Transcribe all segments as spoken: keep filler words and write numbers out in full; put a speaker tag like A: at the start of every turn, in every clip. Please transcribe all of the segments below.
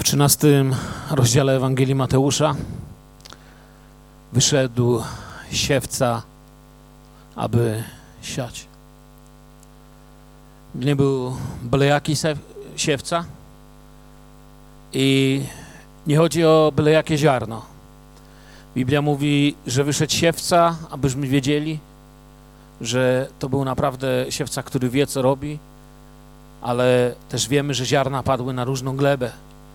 A: trzynastym rozdziale Ewangelii Mateusza wyszedł siewca, aby siać. Nie był byle jaki siewca i nie chodzi o byle jakie ziarno. Biblia mówi, że wyszedł siewca, abyśmy wiedzieli, że to był naprawdę siewca, który wie, co robi, ale też wiemy, że ziarna padły na różną glebę.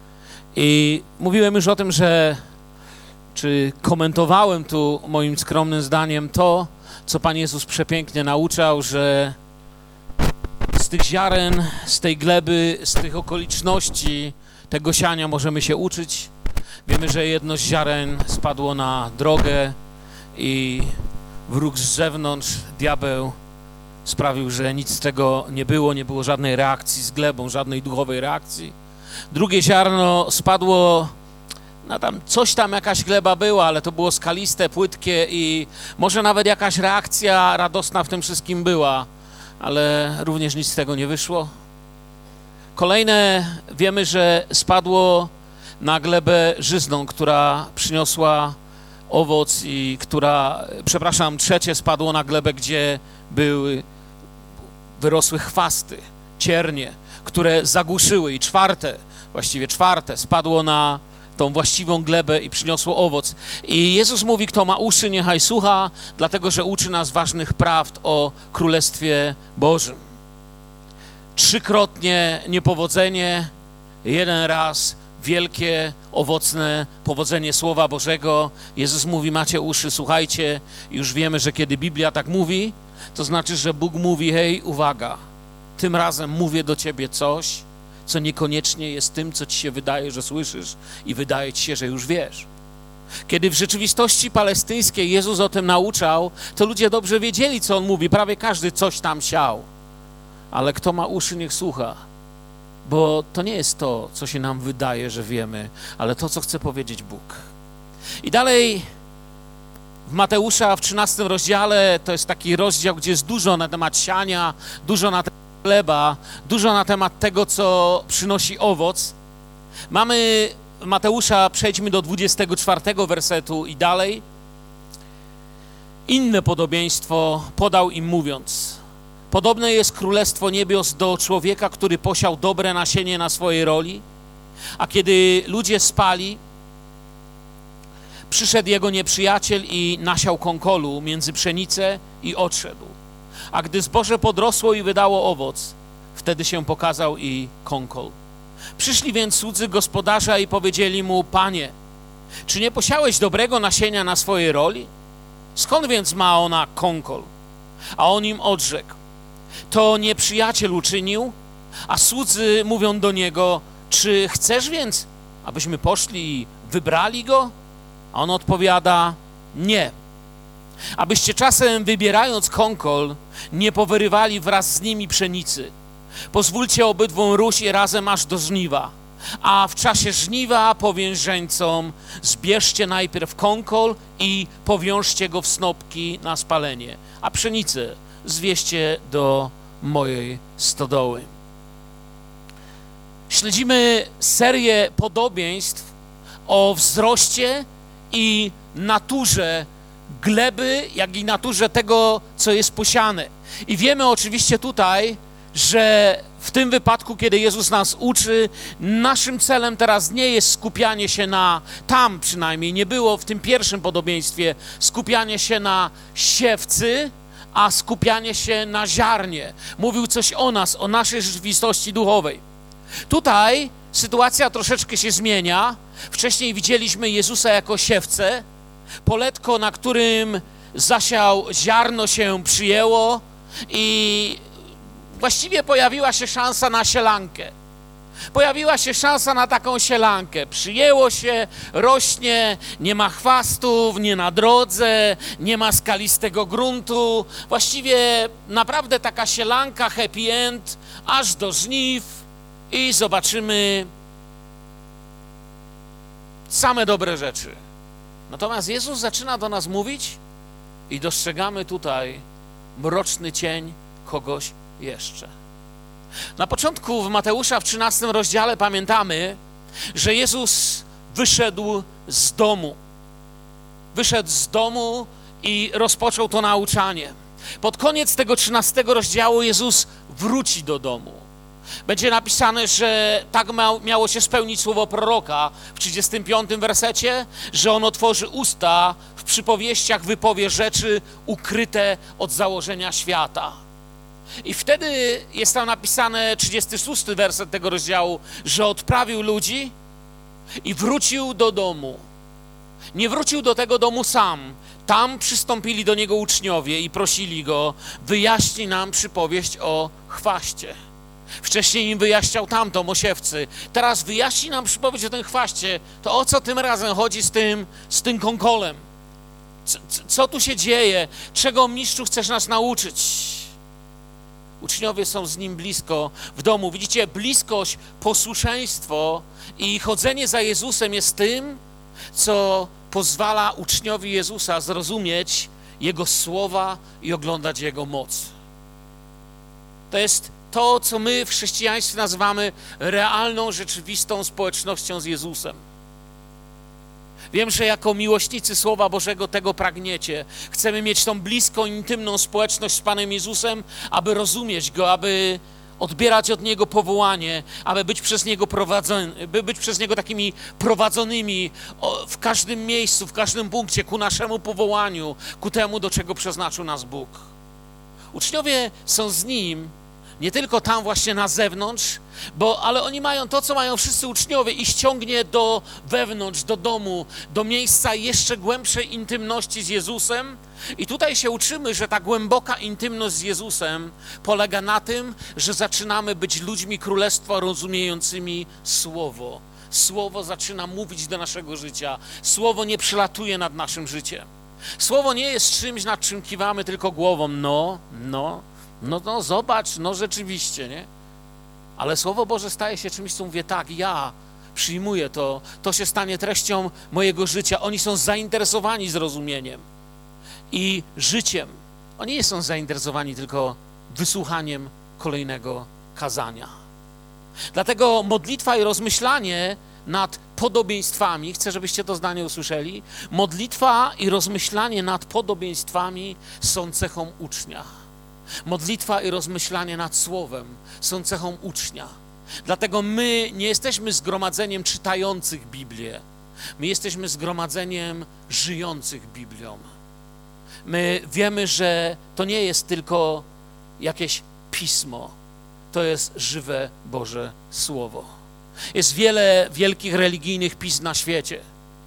A: I mówiłem już o tym, że czy komentowałem tu moim skromnym zdaniem to, co Pan Jezus przepięknie nauczał, że z tych ziaren, z tej gleby, z tych okoliczności tego siania możemy się uczyć. Wiemy, że jedno z ziaren spadło na drogę i wróg z zewnątrz, diabeł, sprawił, że nic z tego nie było, nie było żadnej reakcji z glebą, żadnej duchowej reakcji. Drugie ziarno spadło, no tam coś tam, jakaś gleba była, ale to było skaliste, płytkie i może nawet jakaś reakcja radosna w tym wszystkim była, ale również nic z tego nie wyszło. Kolejne wiemy, że spadło na glebę żyzną, która przyniosła owoc i która, przepraszam, trzecie spadło na glebę, gdzie były, wyrosły chwasty, ciernie, które zagłuszyły i czwarte, właściwie czwarte, spadło na tą właściwą glebę i przyniosło owoc. I Jezus mówi, kto ma uszy, niechaj słucha, dlatego, że uczy nas ważnych prawd o Królestwie Bożym. Trzykrotnie niepowodzenie, jeden raz wielkie, owocne powodzenie Słowa Bożego. Jezus mówi, macie uszy, słuchajcie. Już wiemy, że kiedy Biblia tak mówi, to znaczy, że Bóg mówi, hej, uwaga, tym razem mówię do ciebie coś, co niekoniecznie jest tym, co ci się wydaje, że słyszysz i wydaje ci się, że już wiesz. Kiedy w rzeczywistości palestyńskiej Jezus o tym nauczał, to ludzie dobrze wiedzieli, co On mówi. Prawie każdy coś tam siał. Ale kto ma uszy, niech słucha. Bo to nie jest to, co się nam wydaje, że wiemy, ale to, co chce powiedzieć Bóg. I dalej w Mateusza w trzynastym rozdziale, to jest taki rozdział, gdzie jest dużo na temat siania, dużo na temat chleba, dużo na temat tego, co przynosi owoc. Mamy Mateusza, przejdźmy do dwudziestego czwartego wersetu i dalej. Inne podobieństwo podał im mówiąc: podobne jest Królestwo Niebios do człowieka, który posiał dobre nasienie na swojej roli, a kiedy ludzie spali, przyszedł jego nieprzyjaciel i nasiał kąkolu między pszenicę i odszedł. A gdy zboże podrosło i wydało owoc, wtedy się pokazał i kąkol. Przyszli więc słudzy gospodarza i powiedzieli mu: Panie, czy nie posiałeś dobrego nasienia na swojej roli? Skąd więc ma ona kąkol? A on im odrzekł: to nieprzyjaciel uczynił, a słudzy mówią do niego: czy chcesz więc, abyśmy poszli i wybrali go? A on odpowiada: nie. Abyście czasem, wybierając kąkol, nie powyrywali wraz z nimi pszenicy. Pozwólcie obydwom róść i razem aż do żniwa. A w czasie żniwa powiem żeńcom: zbierzcie najpierw kąkol i powiążcie go w snopki na spalenie, a pszenicę zwieźcie do mojej stodoły. Śledzimy serię podobieństw o wzroście i naturze gleby, jak i naturze tego, co jest posiane. I wiemy oczywiście tutaj, że w tym wypadku, kiedy Jezus nas uczy, naszym celem teraz nie jest skupianie się na, tam przynajmniej nie było w tym pierwszym podobieństwie, skupianie się na siewcy, a skupianie się na ziarnie. Mówił coś o nas, o naszej rzeczywistości duchowej. Tutaj sytuacja troszeczkę się zmienia. Wcześniej widzieliśmy Jezusa jako siewcę. Poletko, na którym zasiał ziarno, się przyjęło i właściwie pojawiła się szansa na sielankę. Pojawiła się szansa na taką sielankę. Przyjęło się, rośnie, nie ma chwastów, nie na drodze, nie ma skalistego gruntu. Właściwie naprawdę taka sielanka, happy end, aż do żniw i zobaczymy same dobre rzeczy. Natomiast Jezus zaczyna do nas mówić i dostrzegamy tutaj mroczny cień kogoś jeszcze. Na początku w Mateusza w trzynastym rozdziale pamiętamy, że Jezus wyszedł z domu. Wyszedł z domu i rozpoczął to nauczanie. Pod koniec tego trzynastego rozdziału Jezus wróci do domu. Będzie napisane, że tak miało się spełnić słowo proroka w trzydziestym piątym wersecie, że on otworzy usta, w przypowieściach wypowie rzeczy ukryte od założenia świata. I wtedy jest tam napisane, trzydziesty szósty werset tego rozdziału, że odprawił ludzi i wrócił do domu. Nie wrócił do tego domu sam. Tam przystąpili do niego uczniowie i prosili go, wyjaśnij nam przypowieść o chwaście. Wcześniej im wyjaśniał tamto, mosiewcy. Teraz wyjaśni nam przypowieść o tym chwaście. To o co tym razem chodzi z tym, z tym konkolem? Co, co tu się dzieje? Czego, mistrzu, chcesz nas nauczyć? Uczniowie są z nim blisko w domu. Widzicie, bliskość, posłuszeństwo i chodzenie za Jezusem jest tym, co pozwala uczniowi Jezusa zrozumieć Jego słowa i oglądać Jego moc. To jest to, co my w chrześcijaństwie nazywamy realną, rzeczywistą społecznością z Jezusem. Wiem, że jako miłośnicy Słowa Bożego tego pragniecie. Chcemy mieć tą bliską, intymną społeczność z Panem Jezusem, aby rozumieć Go, aby odbierać od Niego powołanie, aby być przez Niego prowadzony, by być przez Niego takimi prowadzonymi w każdym miejscu, w każdym punkcie ku naszemu powołaniu, ku temu, do czego przeznaczył nas Bóg. Uczniowie są z Nim, nie tylko tam właśnie na zewnątrz, bo, ale oni mają to, co mają wszyscy uczniowie i ściągnie do wewnątrz, do domu, do miejsca jeszcze głębszej intymności z Jezusem. I tutaj się uczymy, że ta głęboka intymność z Jezusem polega na tym, że zaczynamy być ludźmi królestwa rozumiejącymi Słowo. Słowo zaczyna mówić do naszego życia. Słowo nie przelatuje nad naszym życiem. Słowo nie jest czymś, nad czym kiwamy tylko głową. No, no, no, no, zobacz, no rzeczywiście, nie? Ale Słowo Boże staje się czymś, co mówię, tak, ja przyjmuję to, to się stanie treścią mojego życia. Oni są zainteresowani zrozumieniem i życiem. Oni nie są zainteresowani tylko wysłuchaniem kolejnego kazania. Dlatego modlitwa i rozmyślanie nad podobieństwami, chcę, żebyście to zdanie usłyszeli, modlitwa i rozmyślanie nad podobieństwami są cechą ucznia. Modlitwa i rozmyślanie nad Słowem są cechą ucznia. Dlatego my nie jesteśmy zgromadzeniem czytających Biblię. My jesteśmy zgromadzeniem żyjących Biblią. My wiemy, że to nie jest tylko jakieś pismo. To jest żywe Boże Słowo. Jest wiele wielkich religijnych pism na świecie.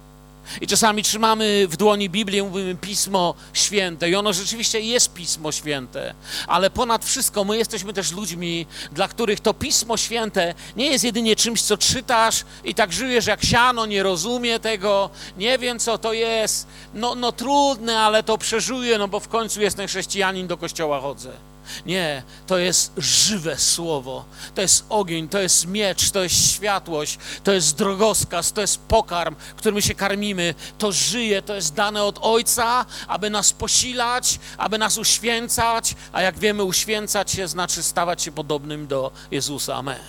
A: I czasami trzymamy w dłoni Biblię, mówimy Pismo Święte i ono rzeczywiście jest Pismo Święte, ale ponad wszystko my jesteśmy też ludźmi, dla których to Pismo Święte nie jest jedynie czymś, co czytasz i tak żyjesz jak siano, nie rozumie tego, nie wiem co to jest, no, no trudne, ale to przeżyję, no bo w końcu jestem chrześcijanin, do kościoła chodzę. Nie, to jest żywe Słowo, to jest ogień, to jest miecz, to jest światłość, to jest drogowskaz, to jest pokarm, którym się karmimy, to żyje, to jest dane od Ojca, aby nas posilać, aby nas uświęcać, a jak wiemy, uświęcać się znaczy stawać się podobnym do Jezusa. Amen.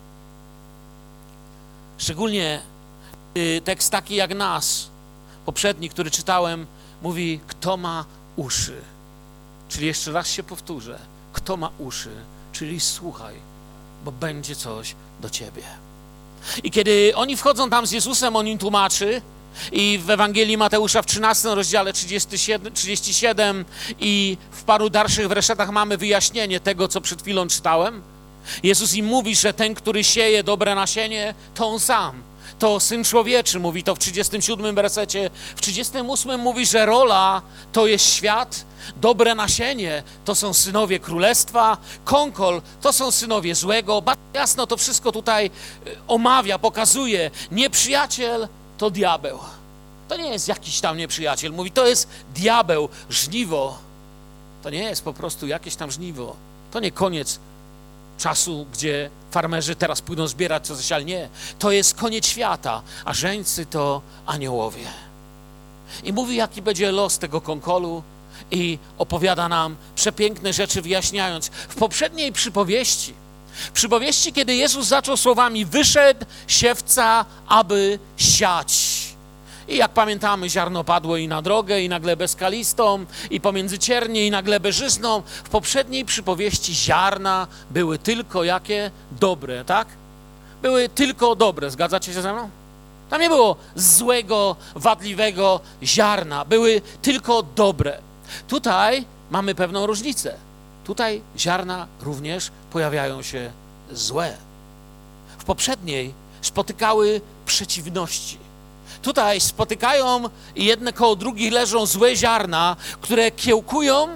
A: Szczególnie tekst taki jak nas, poprzedni, który czytałem, mówi, kto ma uszy. Czyli jeszcze raz się powtórzę, kto ma uszy, czyli słuchaj, bo będzie coś do ciebie. I kiedy oni wchodzą tam z Jezusem, on im tłumaczy i w Ewangelii Mateusza w trzynastym rozdziale trzydzieści siedem i w paru dalszych wersetach mamy wyjaśnienie tego, co przed chwilą czytałem. Jezus im mówi, że ten, który sieje dobre nasienie, to on sam. To Syn Człowieczy, mówi to w trzydziestym siódmym wersecie. W trzydziestym ósmym mówi, że rola to jest świat, dobre nasienie to są synowie królestwa, konkol to są synowie złego. Bardzo jasno to wszystko tutaj omawia, pokazuje. Nieprzyjaciel to diabeł. To nie jest jakiś tam nieprzyjaciel. Mówi, to jest diabeł, żniwo. To nie jest po prostu jakieś tam żniwo. To nie koniec czasu, gdzie farmerzy teraz pójdą zbierać, co zasiali. Nie, to jest koniec świata, a żeńcy to aniołowie. I mówi, jaki będzie los tego konkolu i opowiada nam przepiękne rzeczy, wyjaśniając. W poprzedniej przypowieści W przypowieści, kiedy Jezus zaczął słowami: wyszedł siewca, aby siać. I jak pamiętamy, ziarno padło i na drogę, i na glebę skalistą, i pomiędzy ciernie, i na glebę żyzną. W poprzedniej przypowieści ziarna były tylko jakie? Dobre, tak? Były tylko dobre, zgadzacie się ze mną? Tam nie było złego, wadliwego ziarna, były tylko dobre. Tutaj mamy pewną różnicę. Tutaj ziarna również pojawiają się złe. W poprzedniej spotykały przeciwności. Tutaj spotykają i jedne koło drugich leżą złe ziarna, które kiełkują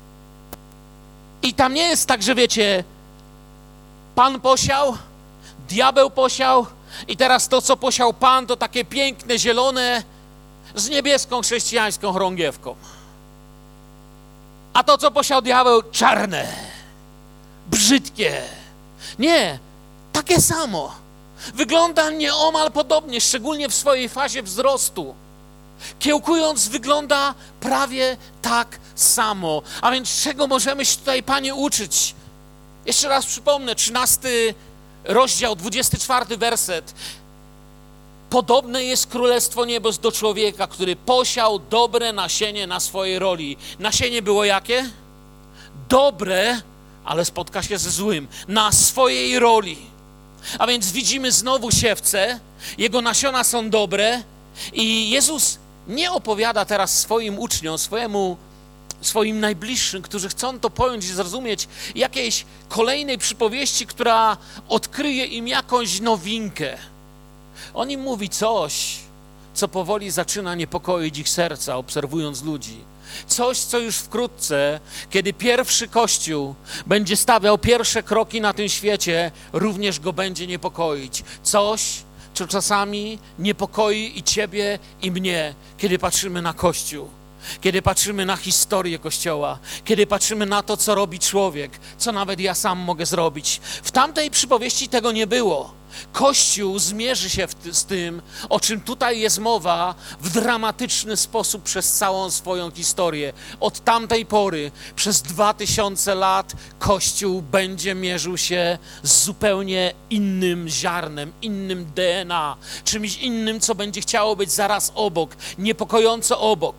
A: i tam nie jest tak, że wiecie, Pan posiał, diabeł posiał i teraz to, co posiał Pan, to takie piękne, zielone z niebieską chrześcijańską chorągiewką. A to, co posiał diabeł, czarne, brzydkie. Nie, takie samo. Wygląda nieomal podobnie, szczególnie w swojej fazie wzrostu. Kiełkując, wygląda prawie tak samo. A więc czego możemy się tutaj, Panie, uczyć? Jeszcze raz przypomnę, trzynasty rozdział, dwudziesty czwarty werset. Podobne jest Królestwo Niebios do człowieka, który posiał dobre nasienie na swojej roli. Nasienie było jakie? Dobre, ale spotka się ze złym. Na swojej roli. A więc widzimy znowu siewcę, jego nasiona są dobre i Jezus nie opowiada teraz swoim uczniom, swojemu, swoim najbliższym, którzy chcą to pojąć i zrozumieć, jakiejś kolejnej przypowieści, która odkryje im jakąś nowinkę. On im mówi coś, co powoli zaczyna niepokoić ich serca, obserwując ludzi. Coś, co już wkrótce, kiedy pierwszy Kościół będzie stawiał pierwsze kroki na tym świecie, również go będzie niepokoić. Coś, co czasami niepokoi i ciebie, i mnie, kiedy patrzymy na Kościół, kiedy patrzymy na historię Kościoła, kiedy patrzymy na to, co robi człowiek, co nawet ja sam mogę zrobić. W tamtej przypowieści tego nie było. Kościół zmierzy się w ty, z tym, o czym tutaj jest mowa, w dramatyczny sposób przez całą swoją historię. Od tamtej pory, przez dwa tysiące lat, Kościół będzie mierzył się z zupełnie innym ziarnem, innym D N A, czymś innym, co będzie chciało być zaraz obok, niepokojąco obok.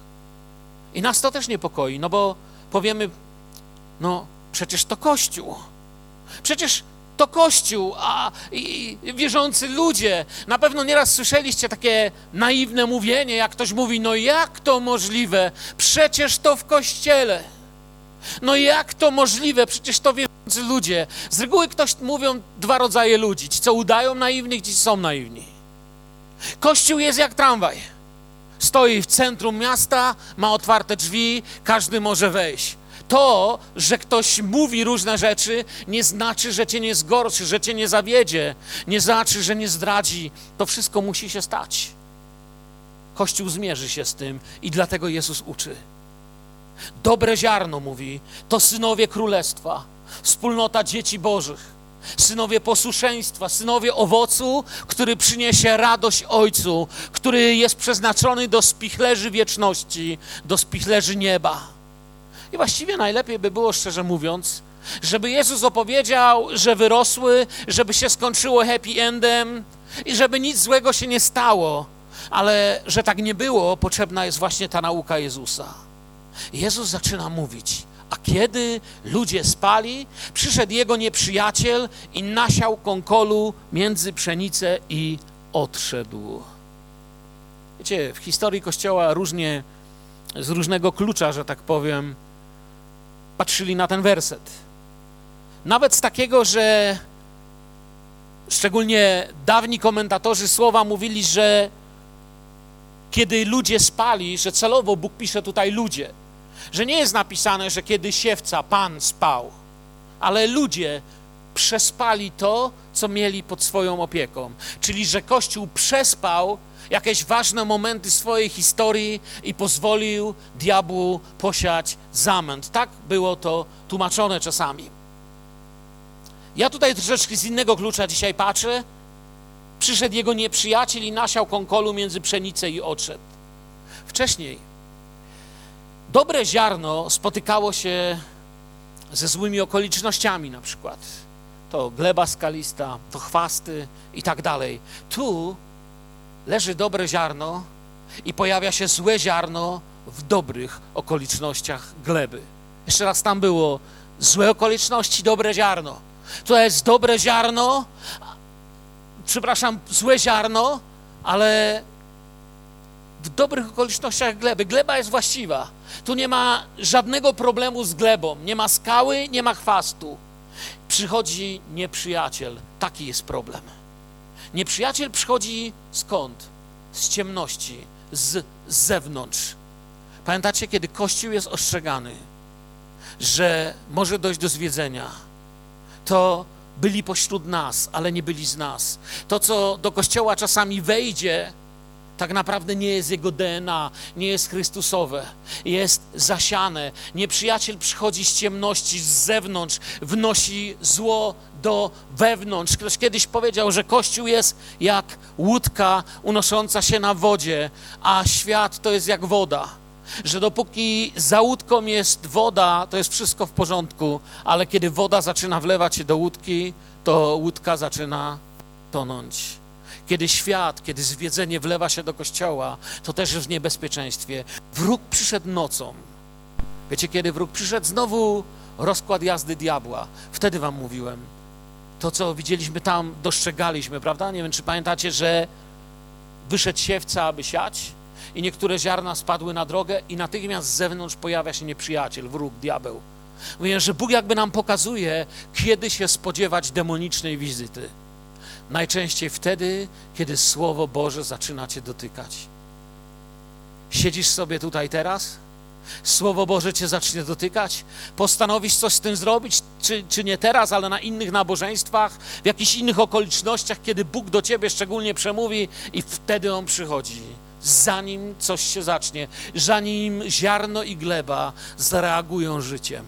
A: I nas to też niepokoi, no bo powiemy, no przecież to Kościół, przecież to Kościół, a i, i wierzący ludzie. Na pewno nieraz słyszeliście takie naiwne mówienie, jak ktoś mówi, no jak to możliwe, przecież to w Kościele. No jak to możliwe, przecież to wierzący ludzie. Z reguły ktoś mówią dwa rodzaje ludzi, ci co udają naiwnych, ci są naiwni. Kościół jest jak tramwaj. Stoi w centrum miasta, ma otwarte drzwi, każdy może wejść. To, że ktoś mówi różne rzeczy, nie znaczy, że cię nie zgorszy, że cię nie zawiedzie, nie znaczy, że nie zdradzi. To wszystko musi się stać. Kościół zmierzy się z tym i dlatego Jezus uczy. Dobre ziarno, mówi, to synowie Królestwa, wspólnota dzieci Bożych, synowie posłuszeństwa, synowie owocu, który przyniesie radość Ojcu, który jest przeznaczony do spichlerzy wieczności, do spichlerzy nieba. I właściwie najlepiej by było, szczerze mówiąc, żeby Jezus opowiedział, że wyrosły, żeby się skończyło happy endem i żeby nic złego się nie stało, ale że tak nie było, potrzebna jest właśnie ta nauka Jezusa. Jezus zaczyna mówić, a kiedy ludzie spali, przyszedł jego nieprzyjaciel i nasiał konkolu między pszenicę i odszedł. Wiecie, w historii Kościoła różnie, z różnego klucza, że tak powiem, patrzyli na ten werset. Nawet z takiego, że szczególnie dawni komentatorzy słowa mówili, że kiedy ludzie spali, że celowo Bóg pisze tutaj ludzie, że nie jest napisane, że kiedy siewca, Pan spał, ale ludzie przespali to, co mieli pod swoją opieką. Czyli, że Kościół przespał jakieś ważne momenty swojej historii i pozwolił diabłu posiać zamęt. Tak było to tłumaczone czasami. Ja tutaj troszeczkę z innego klucza dzisiaj patrzę. Przyszedł jego nieprzyjaciel i nasiał konkolu między pszenicę i odszedł. Wcześniej dobre ziarno spotykało się ze złymi okolicznościami na przykład. to gleba skalista, to chwasty i tak dalej. Tu leży dobre ziarno i pojawia się złe ziarno w dobrych okolicznościach gleby. Jeszcze raz, tam było złe okoliczności, dobre ziarno. To jest dobre ziarno, przepraszam, złe ziarno, ale w dobrych okolicznościach gleby. Gleba jest właściwa. Tu nie ma żadnego problemu z glebą. Nie ma skały, nie ma chwastu. Przychodzi nieprzyjaciel. Taki jest problem. Nieprzyjaciel przychodzi skąd? Z ciemności, z, z zewnątrz. Pamiętacie, kiedy Kościół jest ostrzegany, że może dojść do zwiedzenia, to byli pośród nas, ale nie byli z nas. To, co do Kościoła czasami wejdzie, tak naprawdę nie jest jego D N A, nie jest Chrystusowe, jest zasiane. Nieprzyjaciel przychodzi z ciemności, z zewnątrz, wnosi zło do wewnątrz. Ktoś kiedyś powiedział, że Kościół jest jak łódka unosząca się na wodzie, a świat to jest jak woda. Że dopóki za łódką jest woda, to jest wszystko w porządku, ale kiedy woda zaczyna wlewać się do łódki, to łódka zaczyna tonąć. Kiedy świat, kiedy zwiedzenie wlewa się do Kościoła, to też jest w niebezpieczeństwie. Wróg przyszedł nocą. Wiecie, kiedy wróg przyszedł? Znowu rozkład jazdy diabła. Wtedy wam mówiłem. To, co widzieliśmy tam, dostrzegaliśmy, prawda? Nie wiem, czy pamiętacie, że wyszedł siewca, aby siać i niektóre ziarna spadły na drogę i natychmiast z zewnątrz pojawia się nieprzyjaciel, wróg, diabeł. Mówię, że Bóg jakby nam pokazuje, kiedy się spodziewać demonicznej wizyty. Najczęściej wtedy, kiedy Słowo Boże zaczyna cię dotykać. Siedzisz sobie tutaj teraz, Słowo Boże cię zacznie dotykać, postanowisz coś z tym zrobić, czy, czy nie teraz, ale na innych nabożeństwach, w jakichś innych okolicznościach, kiedy Bóg do ciebie szczególnie przemówi i wtedy On przychodzi, zanim coś się zacznie, zanim ziarno i gleba zareagują życiem.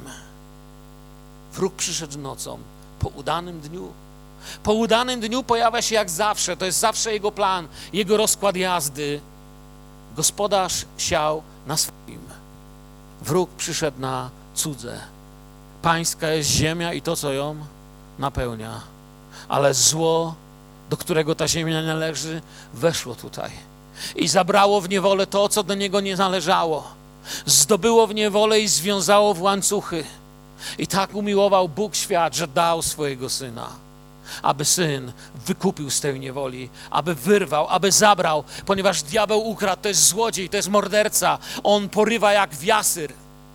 A: Wróg przyszedł nocą, po udanym dniu. Po udanym dniu pojawia się jak zawsze, to jest zawsze jego plan, jego rozkład jazdy. Gospodarz siał na swoim. Wróg przyszedł na cudze. Pańska jest ziemia i to, co ją napełnia. Ale zło, do którego ta ziemia należy, weszło tutaj. I zabrało w niewolę to, co do niego nie należało. Zdobyło w niewolę i związało w łańcuchy. I tak umiłował Bóg świat, że dał swojego Syna, aby Syn wykupił z tej niewoli, aby wyrwał, aby zabrał, ponieważ diabeł ukradł, to jest złodziej, to jest morderca. On porywa jak wiasyr.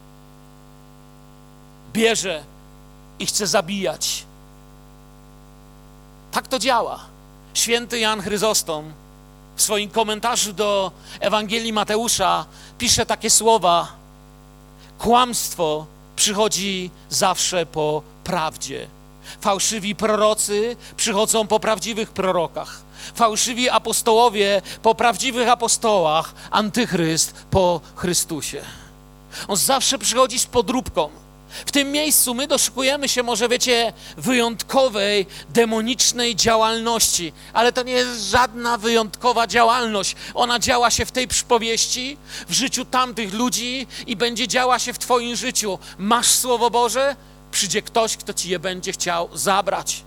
A: Bierze i chce zabijać. Tak to działa. Święty Jan Chryzostom w swoim komentarzu do Ewangelii Mateusza pisze takie słowa: kłamstwo przychodzi zawsze po prawdzie. Fałszywi prorocy przychodzą po prawdziwych prorokach. Fałszywi apostołowie po prawdziwych apostołach. Antychryst po Chrystusie. On zawsze przychodzi z podróbką. W tym miejscu my doszukujemy się, może wiecie, wyjątkowej, demonicznej działalności, ale to nie jest żadna wyjątkowa działalność. Ona działa się w tej przypowieści, w życiu tamtych ludzi i będzie działa się w twoim życiu. Masz Słowo Boże? Przyjdzie ktoś, kto ci je będzie chciał zabrać.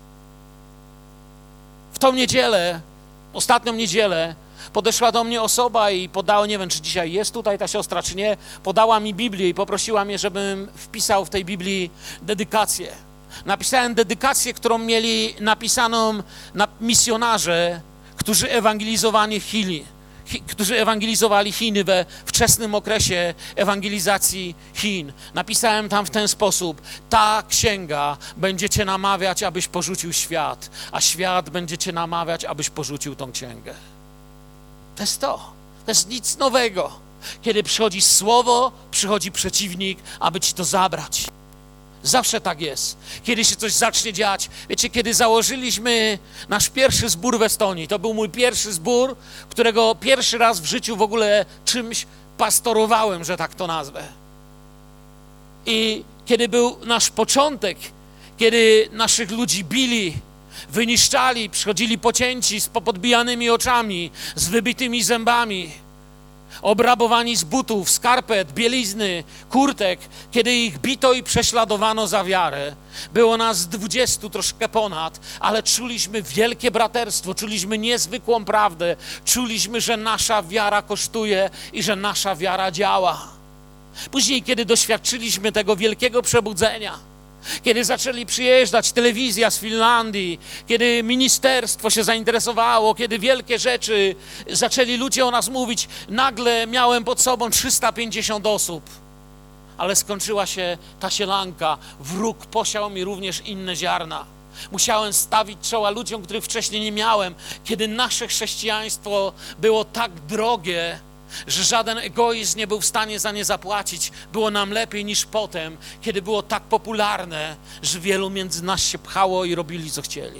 A: W tą niedzielę, ostatnią niedzielę, podeszła do mnie osoba i podała, nie wiem, czy dzisiaj jest tutaj ta siostra, czy nie, podała mi Biblię i poprosiła mnie, żebym wpisał w tej Biblii dedykację. Napisałem dedykację, którą mieli napisaną na misjonarze, którzy ewangelizowali Chiny, którzy ewangelizowali Chiny we wczesnym okresie ewangelizacji Chin. Napisałem tam w ten sposób: ta księga będzie cię namawiać, abyś porzucił świat, a świat będzie cię namawiać, abyś porzucił tą księgę. To jest to. To jest nic nowego. Kiedy przychodzi słowo, przychodzi przeciwnik, aby ci to zabrać. Zawsze tak jest. Kiedy się coś zacznie dziać. Wiecie, kiedy założyliśmy nasz pierwszy zbór w Estonii, to był mój pierwszy zbór, którego pierwszy raz w życiu w ogóle czymś pastorowałem, że tak to nazwę. I kiedy był nasz początek, kiedy naszych ludzi bili, wyniszczali, przychodzili pocięci z popodbijanymi oczami, z wybitymi zębami, obrabowani z butów, skarpet, bielizny, kurtek, kiedy ich bito i prześladowano za wiarę. Było nas dwudziestu, troszkę ponad, ale czuliśmy wielkie braterstwo, czuliśmy niezwykłą prawdę, czuliśmy, że nasza wiara kosztuje i że nasza wiara działa. Później, kiedy doświadczyliśmy tego wielkiego przebudzenia, kiedy zaczęli przyjeżdżać telewizja z Finlandii, kiedy ministerstwo się zainteresowało, kiedy wielkie rzeczy zaczęli ludzie o nas mówić, nagle miałem pod sobą trzysta pięćdziesiąt osób. Ale skończyła się ta sielanka, wróg posiał mi również inne ziarna. Musiałem stawić czoła ludziom, których wcześniej nie miałem, kiedy nasze chrześcijaństwo było tak drogie, że żaden egoizm nie był w stanie za nie zapłacić. Było nam lepiej niż potem, kiedy było tak popularne, że wielu między nas się pchało i robili, co chcieli.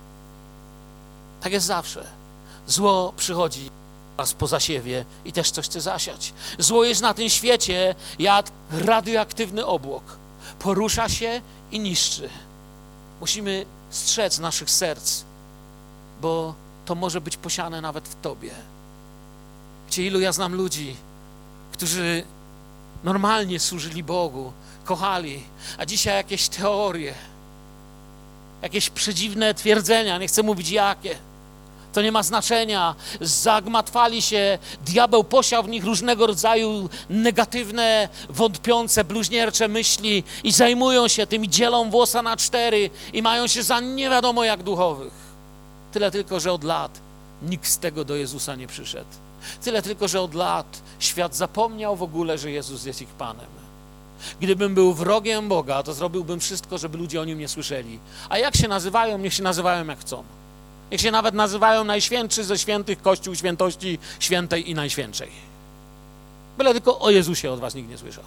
A: Tak jest zawsze. Zło przychodzi raz po zasiewie i też coś chce zasiać. Zło jest na tym świecie jak radioaktywny obłok. Porusza się i niszczy. Musimy strzec naszych serc, bo to może być posiane nawet w tobie. Wiecie, ilu ja znam ludzi, którzy normalnie służyli Bogu, kochali, a dzisiaj jakieś teorie, jakieś przedziwne twierdzenia, nie chcę mówić jakie, to nie ma znaczenia, zagmatwali się, diabeł posiał w nich różnego rodzaju negatywne, wątpiące, bluźniercze myśli i zajmują się tym i dzielą włosa na cztery i mają się za nie wiadomo jak duchowych. Tyle tylko, że od lat nikt z tego do Jezusa nie przyszedł. Tyle tylko, że od lat świat zapomniał w ogóle, że Jezus jest ich Panem. Gdybym był wrogiem Boga, to zrobiłbym wszystko, żeby ludzie o Nim nie słyszeli. A jak się nazywają, niech się nazywają jak chcą. Niech się nawet nazywają najświętszy ze świętych Kościół świętości świętej i najświętszej. Byle tylko o Jezusie od was nikt nie słyszał.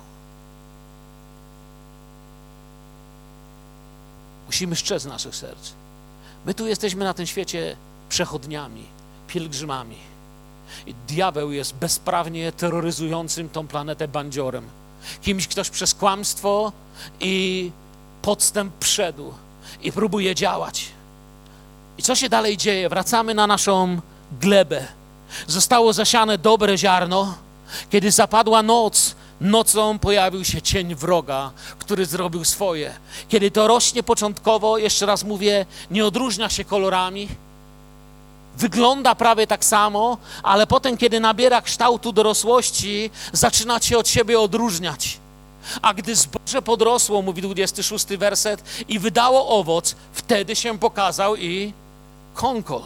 A: Musimy strzec naszych serc. My tu jesteśmy na tym świecie przechodniami, pielgrzymami. I diabeł jest bezprawnie terroryzującym tą planetę bandziorem. Kimś, ktoś przez kłamstwo i podstęp wszedł i próbuje działać. I co się dalej dzieje? Wracamy na naszą glebę. Zostało zasiane dobre ziarno. Kiedy zapadła noc, nocą pojawił się cień wroga, który zrobił swoje. Kiedy to rośnie początkowo, jeszcze raz mówię, nie odróżnia się kolorami, wygląda prawie tak samo, ale potem, kiedy nabiera kształtu dorosłości, zaczyna się od siebie odróżniać. A gdy zboże podrosło, mówi dwudziesty szósty werset, i wydało owoc, wtedy się pokazał i konkol.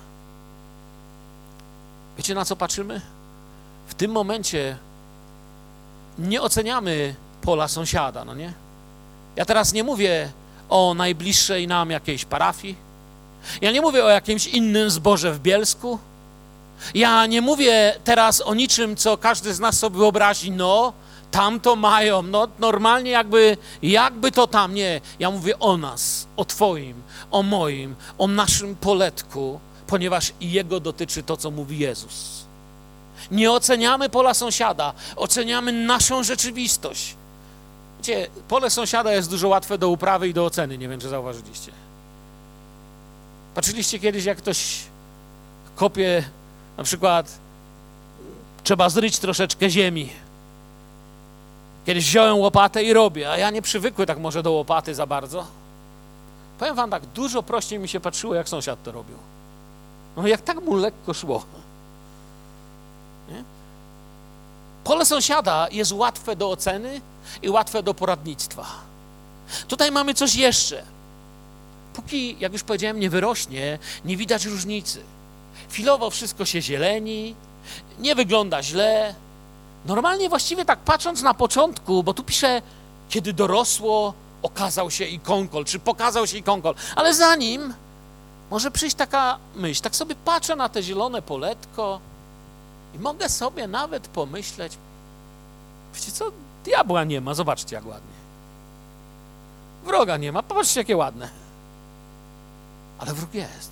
A: Wiecie, na co patrzymy? W tym momencie nie oceniamy pola sąsiada, no nie? Ja teraz nie mówię o najbliższej nam jakiejś parafii. Ja nie mówię o jakimś innym zborze w Bielsku. Ja nie mówię teraz o niczym, co każdy z nas sobie wyobrazi. No, tam to mają, no normalnie jakby, jakby to tam, nie. Ja mówię o nas, o twoim, o moim, o naszym poletku, ponieważ i jego dotyczy to, co mówi Jezus. Nie oceniamy pola sąsiada, oceniamy naszą rzeczywistość. Wiecie, pole sąsiada jest dużo łatwe do uprawy i do oceny, nie wiem, czy zauważyliście. Patrzyliście kiedyś, jak ktoś kopie, na przykład trzeba zryć troszeczkę ziemi. Kiedyś wziąłem łopatę i robię, a ja nie przywykły tak może do łopaty za bardzo. Powiem wam tak, dużo prościej mi się patrzyło, jak sąsiad to robił. No jak tak mu lekko szło. Nie? Pole sąsiada jest łatwe do oceny i łatwe do poradnictwa. Tutaj mamy coś jeszcze. Póki, jak już powiedziałem, nie wyrośnie, nie widać różnicy. Chwilowo wszystko się zieleni, nie wygląda źle. Normalnie właściwie tak patrząc na początku, bo tu pisze, kiedy dorosło, okazał się i konkol, czy pokazał się i konkol. Ale zanim może przyjść taka myśl, tak sobie patrzę na te zielone poletko i mogę sobie nawet pomyśleć, wiecie co, diabła nie ma, zobaczcie jak ładnie. Wroga nie ma, popatrzcie jakie ładne. Ale wróg jest.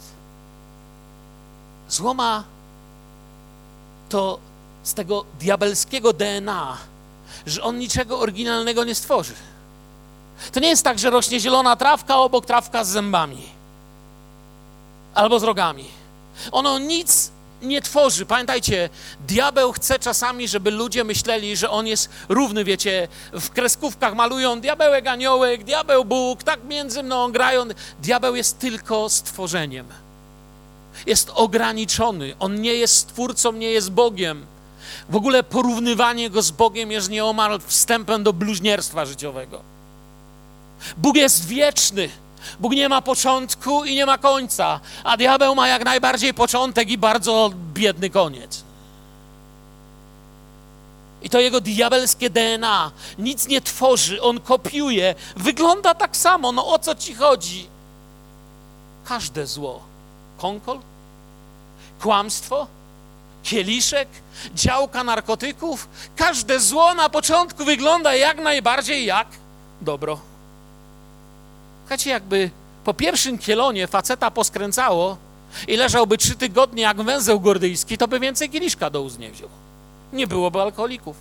A: Zło ma to z tego diabelskiego D N A, że on niczego oryginalnego nie stworzy. To nie jest tak, że rośnie zielona trawka, obok trawka z zębami albo z rogami. Ono nic nie tworzy. Pamiętajcie, diabeł chce czasami, żeby ludzie myśleli, że on jest równy, wiecie, w kreskówkach malują diabełek, aniołek, diabeł, Bóg, tak między mną grają. Diabeł jest tylko stworzeniem. Jest ograniczony. On nie jest stwórcą, nie jest Bogiem. W ogóle porównywanie go z Bogiem jest nieomal wstępem do bluźnierstwa życiowego. Bóg jest wieczny. Bóg nie ma początku i nie ma końca, a diabeł ma jak najbardziej początek i bardzo biedny koniec. I to jego diabelskie D N A. Nic nie tworzy, on kopiuje. Wygląda tak samo, no o co ci chodzi? Każde zło. Konkol? Kłamstwo? Kieliszek? Działka narkotyków? Każde zło na początku wygląda jak najbardziej jak dobro. Słuchajcie, jakby po pierwszym kielonie faceta poskręcało i leżałby trzy tygodnie jak węzeł gordyjski, to by więcej kieliszka do ust nie wziął. Nie byłoby alkoholików.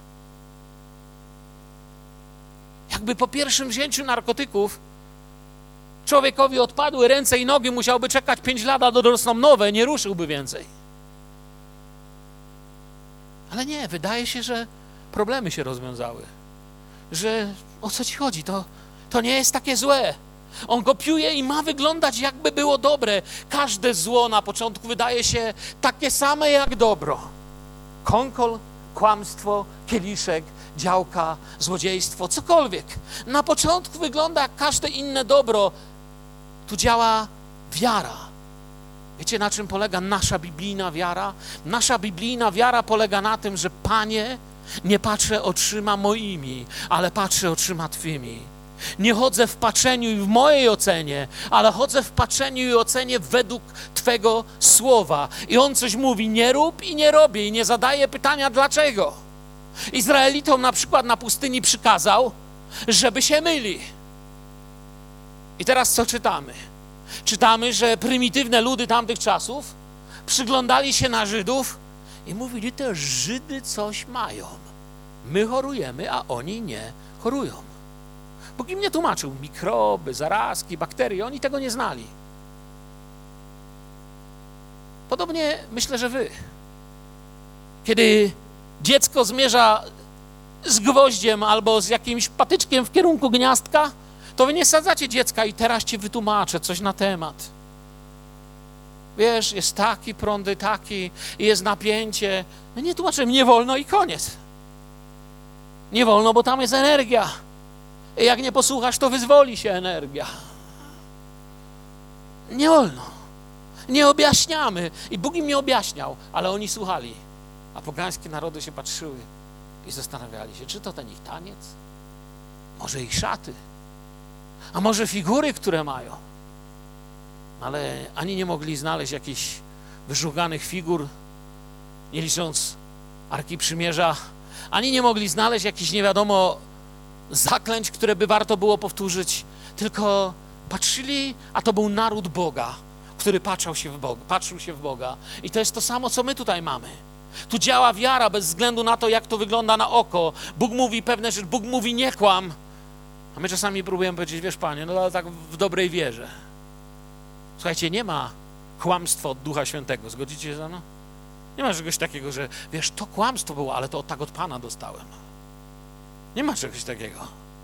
A: Jakby po pierwszym wzięciu narkotyków człowiekowi odpadły ręce i nogi, musiałby czekać pięć lat, a dorosną nowe, nie ruszyłby więcej. Ale nie, wydaje się, że problemy się rozwiązały. Że o co ci chodzi? To, to nie jest takie złe. On kopiuje i ma wyglądać, jakby było dobre. Każde zło na początku wydaje się takie same jak dobro. Konkol, kłamstwo, kieliszek, działka, złodziejstwo, cokolwiek. Na początku wygląda jak każde inne dobro. Tu działa wiara. Wiecie, na czym polega nasza biblijna wiara? Nasza biblijna wiara polega na tym, że Panie, nie patrzę oczyma moimi, ale patrzę oczyma Twymi. Nie chodzę w patrzeniu i w mojej ocenie, ale chodzę w patrzeniu i ocenie według Twego słowa. I on coś mówi, nie rób i nie robię, i nie zadaje pytania dlaczego. Izraelitom na przykład na pustyni przykazał, żeby się myli. I teraz co czytamy? Czytamy, że prymitywne ludy tamtych czasów przyglądali się na Żydów i mówili, te Żydy coś mają. My chorujemy, a oni nie chorują. Bóg im nie tłumaczył mikroby, zarazki, bakterie, oni tego nie znali. Podobnie myślę, że wy. Kiedy dziecko zmierza z gwoździem albo z jakimś patyczkiem w kierunku gniazdka, to wy nie sadzacie dziecka i teraz ci wytłumaczę coś na temat. Wiesz, jest taki prądy, taki, jest napięcie. My nie tłumaczymy, nie wolno i koniec. Nie wolno, bo tam jest energia. I jak nie posłuchasz, to wyzwoli się energia. Nie wolno. Nie objaśniamy. I Bóg im nie objaśniał, ale oni słuchali. A pogańskie narody się patrzyły i zastanawiali się, czy to ten ich taniec? Może ich szaty? A może figury, które mają? Ale ani nie mogli znaleźć jakichś wyszukanych figur, nie licząc Arki Przymierza, ani nie mogli znaleźć jakichś nie wiadomo zaklęć, które by warto było powtórzyć, tylko patrzyli, a to był naród Boga, który patrzył się w Boga, patrzył się w Boga. I to jest to samo, co my tutaj mamy. Tu działa wiara bez względu na to, jak to wygląda na oko. Bóg mówi pewne rzeczy, Bóg mówi nie kłam, a my czasami próbujemy powiedzieć, wiesz Panie, no ale tak w dobrej wierze. Słuchajcie, nie ma kłamstwa od Ducha Świętego, zgodzicie się ze mną? Nie ma czegoś takiego, że wiesz, to kłamstwo było, ale to tak od Pana dostałem. Nie ma czegoś takiego.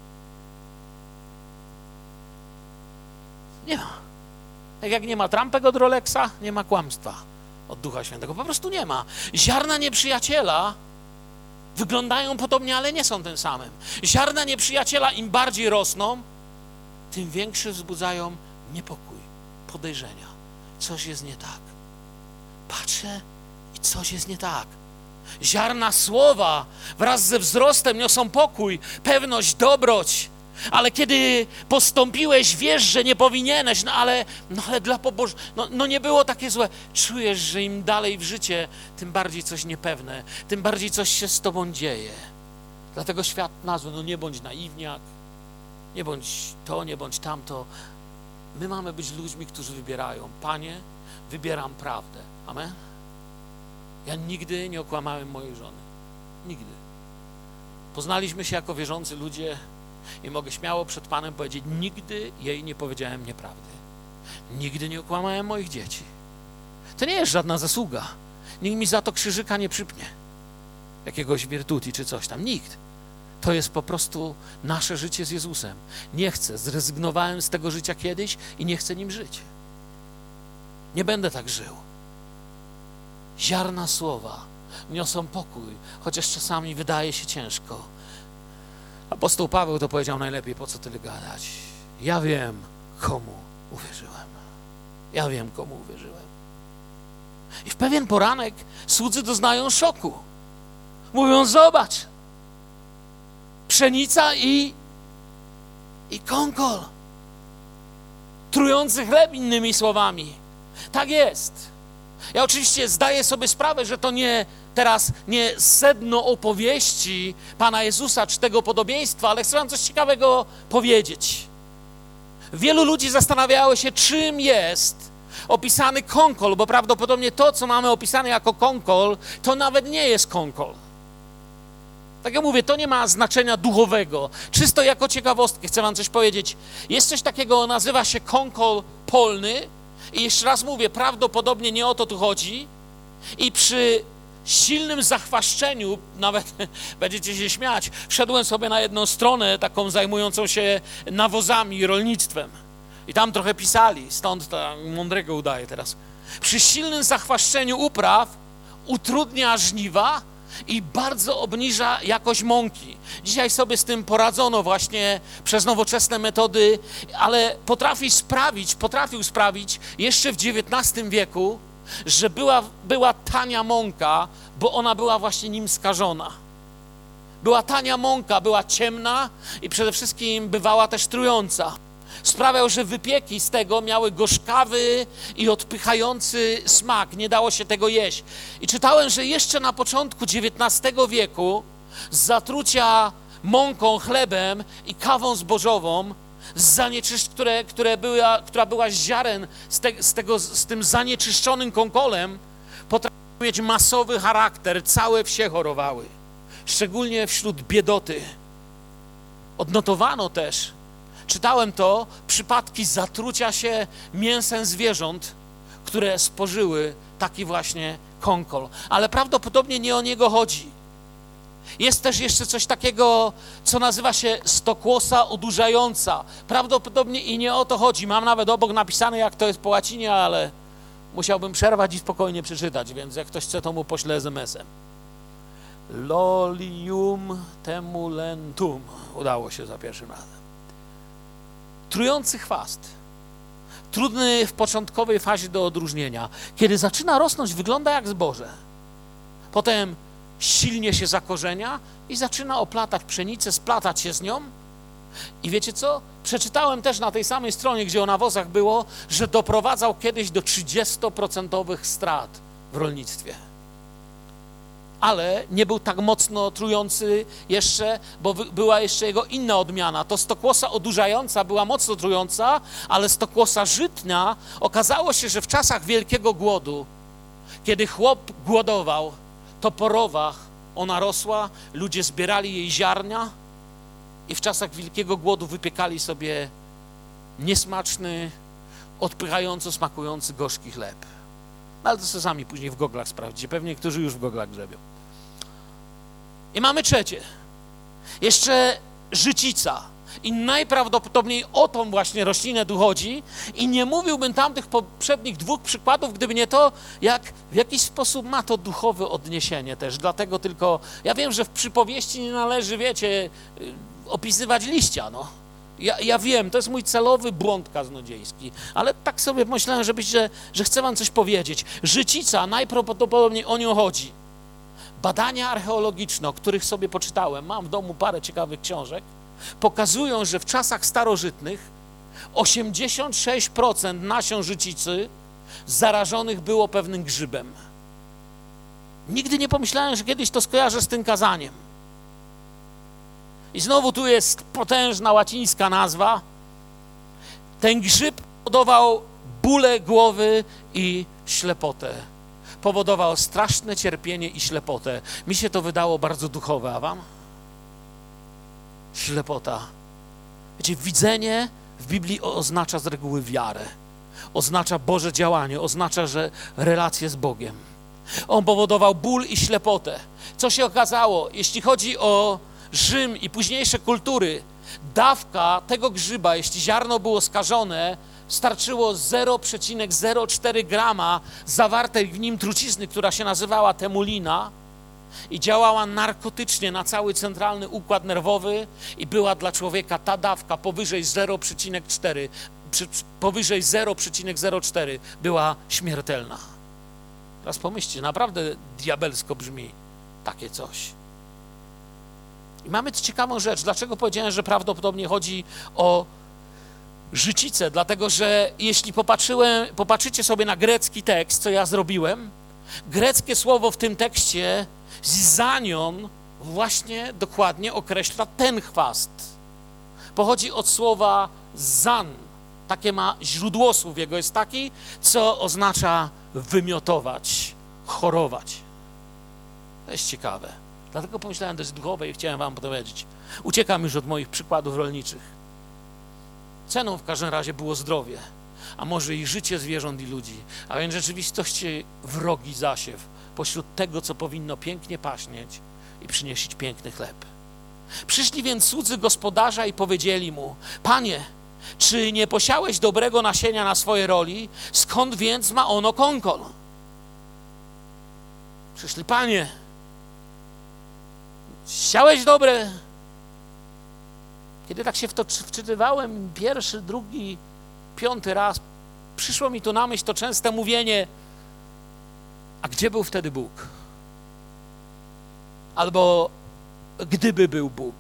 A: Nie ma. Tak jak nie ma trampek od Rolexa, nie ma kłamstwa od Ducha Świętego. Po prostu nie ma. Ziarna nieprzyjaciela wyglądają podobnie, ale nie są tym samym. Ziarna nieprzyjaciela im bardziej rosną, tym większy wzbudzają niepokój, podejrzenia. Coś jest nie tak. Patrzę i coś jest nie tak. Ziarna słowa wraz ze wzrostem niosą pokój, pewność, dobroć. Ale kiedy postąpiłeś, wiesz, że nie powinieneś, no ale, no ale dla poboż... No, no nie było takie złe. Czujesz, że im dalej w życie, tym bardziej coś niepewne, tym bardziej coś się z tobą dzieje. Dlatego świat nazwał, no nie bądź naiwniak, nie bądź to, nie bądź tamto. My mamy być ludźmi, którzy wybierają. Panie, wybieram prawdę. Amen? Ja nigdy nie okłamałem mojej żony. Nigdy. Poznaliśmy się jako wierzący ludzie i mogę śmiało przed Panem powiedzieć, nigdy jej nie powiedziałem nieprawdy. Nigdy nie okłamałem moich dzieci. To nie jest żadna zasługa. nikt mi za to krzyżyka nie przypnie. Jakiegoś virtuti czy coś tam. Nikt. To jest po prostu nasze życie z Jezusem. Nie chcę, zrezygnowałem z tego życia kiedyś i nie chcę nim żyć. Nie będę tak żył. Ziarna słowa niosą pokój, chociaż czasami wydaje się ciężko. Apostoł Paweł to powiedział najlepiej, po co tyle gadać. Ja wiem, komu uwierzyłem. Ja wiem, komu uwierzyłem. I w pewien poranek słudzy doznają szoku. Mówią, zobacz, pszenica i, i konkol. Trujący chleb, innymi słowami. Tak jest. Ja oczywiście zdaję sobie sprawę, że to nie teraz nie sedno opowieści Pana Jezusa czy tego podobieństwa, ale chcę wam coś ciekawego powiedzieć. Wielu ludzi zastanawiało się, czym jest opisany konkol, bo prawdopodobnie to, co mamy opisane jako konkol, to nawet nie jest konkol. Tak jak mówię, to nie ma znaczenia duchowego. Czysto jako ciekawostkę chcę wam coś powiedzieć. Jest coś takiego, nazywa się konkol polny i jeszcze raz mówię, prawdopodobnie nie o to tu chodzi i przy silnym zachwaszczeniu, nawet będziecie się śmiać, wszedłem sobie na jedną stronę taką zajmującą się nawozami i rolnictwem i tam trochę pisali, stąd ta mądrego udaję teraz. Przy silnym zachwaszczeniu upraw utrudnia żniwa i bardzo obniża jakość mąki. Dzisiaj sobie z tym poradzono właśnie przez nowoczesne metody, ale potrafi sprawić, potrafił sprawić jeszcze w dziewiętnastym wieku, że była, była tania mąka, bo ona była właśnie nim skażona. Była tania mąka, była ciemna i przede wszystkim bywała też trująca. Sprawiał, że wypieki z tego miały gorzkawy i odpychający smak. Nie dało się tego jeść. I czytałem, że jeszcze na początku dziewiętnastego wieku z zatrucia mąką, chlebem i kawą zbożową, z zanieczysz, które, które była, która była z ziaren, z, te, z, tego, z tym zanieczyszczonym konkolem, potrafił mieć masowy charakter. Całe wsie chorowały. Szczególnie wśród biedoty. Odnotowano też, czytałem to, przypadki zatrucia się mięsem zwierząt, które spożyły taki właśnie konkol. Ale prawdopodobnie nie o niego chodzi. Jest też jeszcze coś takiego, co nazywa się stokłosa odurzająca. Prawdopodobnie i nie o to chodzi. Mam nawet obok napisane, jak to jest po łacinie, ale musiałbym przerwać i spokojnie przeczytać, więc jak ktoś chce, to mu poślę es em esem. Lolium temulentum. Udało się za pierwszym razem. Trujący chwast. Trudny w początkowej fazie do odróżnienia. Kiedy zaczyna rosnąć, wygląda jak zboże. Potem silnie się zakorzenia i zaczyna oplatać pszenicę, splatać się z nią. I wiecie co? Przeczytałem też na tej samej stronie, gdzie o nawozach było, że doprowadzał kiedyś do trzydziestoprocentowych strat w rolnictwie. Ale nie był tak mocno trujący jeszcze, bo była jeszcze jego inna odmiana. To stokłosa odurzająca była mocno trująca, ale stokłosa żytnia, okazało się, że w czasach wielkiego głodu, kiedy chłop głodował, to po rowach ona rosła, ludzie zbierali jej ziarnia i w czasach wielkiego głodu wypiekali sobie niesmaczny, odpychająco smakujący gorzki chleb. No ale to sobie sami później w goglach sprawdzicie, pewnie niektórzy już w goglach grzebią. I mamy trzecie. Jeszcze życica. I najprawdopodobniej o tą właśnie roślinę tu chodzi i nie mówiłbym tamtych poprzednich dwóch przykładów, gdyby nie to, jak w jakiś sposób ma to duchowe odniesienie też. Dlatego tylko, ja wiem, że w przypowieści nie należy, wiecie, opisywać liścia, no. Ja, ja wiem, to jest mój celowy błąd kaznodziejski, ale tak sobie myślałem, że, że, że chcę wam coś powiedzieć. Życica, najprawdopodobniej o nią chodzi. Badania archeologiczne, o których sobie poczytałem, mam w domu parę ciekawych książek, pokazują, że w czasach starożytnych osiemdziesiąt sześć procent nasion życicy zarażonych było pewnym grzybem. Nigdy nie pomyślałem, że kiedyś to skojarzę z tym kazaniem. I znowu tu jest potężna łacińska nazwa. Ten grzyb powodował bóle głowy i ślepotę. Powodował straszne cierpienie i ślepotę. Mi się to wydało bardzo duchowe, a wam? Ślepota. Wiecie, widzenie w Biblii oznacza z reguły wiarę. Oznacza Boże działanie, oznacza, że relacje z Bogiem. On powodował ból i ślepotę. Co się okazało? Jeśli chodzi o Rzym i późniejsze kultury, dawka tego grzyba, jeśli ziarno było skażone, starczyło zero przecinek zero cztery grama zawartej w nim trucizny, która się nazywała temulina i działała narkotycznie na cały centralny układ nerwowy i była dla człowieka ta dawka powyżej zero przecinek cztery, powyżej zero przecinek zero cztery była śmiertelna. Teraz pomyślcie, naprawdę diabelsko brzmi takie coś. I mamy ciekawą rzecz. Dlaczego powiedziałem, że prawdopodobnie chodzi o życicę? Dlatego, że jeśli popatrzyłem, popatrzycie sobie na grecki tekst, co ja zrobiłem, greckie słowo w tym tekście zizanion właśnie dokładnie określa ten chwast. Pochodzi od słowa zan. Takie ma źródło słów jego jest taki, co oznacza wymiotować, chorować. To jest ciekawe. Dlatego pomyślałem, to jest duchowe i chciałem wam powiedzieć. Uciekam już od moich przykładów rolniczych. Ceną w każdym razie było zdrowie, a może i życie zwierząt i ludzi, a więc w rzeczywistości wrogi zasiew pośród tego, co powinno pięknie paśnieć i przynieść piękny chleb. Przyszli więc słudzy gospodarza i powiedzieli mu: Panie, czy nie posiałeś dobrego nasienia na swoje roli? Skąd więc ma ono konkol? Przyszli: Panie, siałeś dobre. Kiedy tak się w to wczytywałem pierwszy, drugi, piąty raz, przyszło mi tu na myśl to częste mówienie: a gdzie był wtedy Bóg? Albo gdyby był Bóg.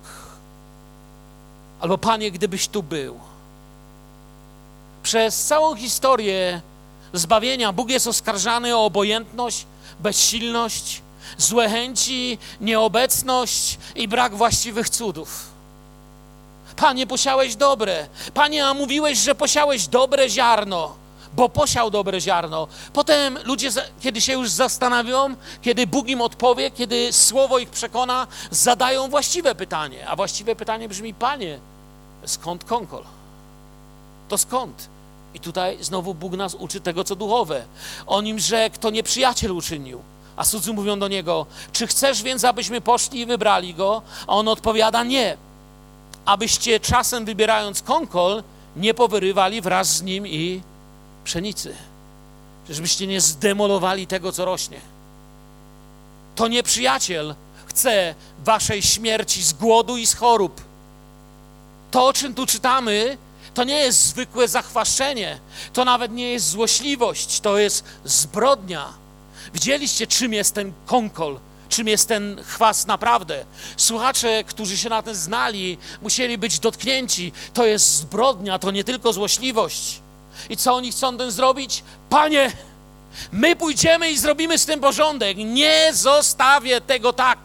A: Albo Panie, gdybyś tu był. Przez całą historię zbawienia Bóg jest oskarżany o obojętność, bezsilność, złe chęci, nieobecność i brak właściwych cudów. Panie, posiałeś dobre. Panie, a mówiłeś, że posiałeś dobre ziarno, bo posiał dobre ziarno. Potem ludzie, kiedy się już zastanawiają, kiedy Bóg im odpowie, kiedy słowo ich przekona, zadają właściwe pytanie. A właściwe pytanie brzmi: Panie, skąd konkol? To skąd? I tutaj znowu Bóg nas uczy tego, co duchowe. On im rzekł: to nieprzyjaciel uczynił. A słudzy mówią do niego: czy chcesz więc, abyśmy poszli i wybrali go? A on odpowiada: nie. Abyście czasem, wybierając konkol, nie powyrywali wraz z nim i pszenicy. Żebyście nie zdemolowali tego, co rośnie. To nieprzyjaciel chce waszej śmierci z głodu i z chorób. To, o czym tu czytamy, to nie jest zwykłe zachwaszczenie. To nawet nie jest złośliwość. To jest zbrodnia. Widzieliście, czym jest ten konkol? Czym jest ten chwast naprawdę? Słuchacze, którzy się na tym znali, musieli być dotknięci. To jest zbrodnia, to nie tylko złośliwość. I co oni chcą tym zrobić? Panie, my pójdziemy i zrobimy z tym porządek. Nie zostawię tego tak.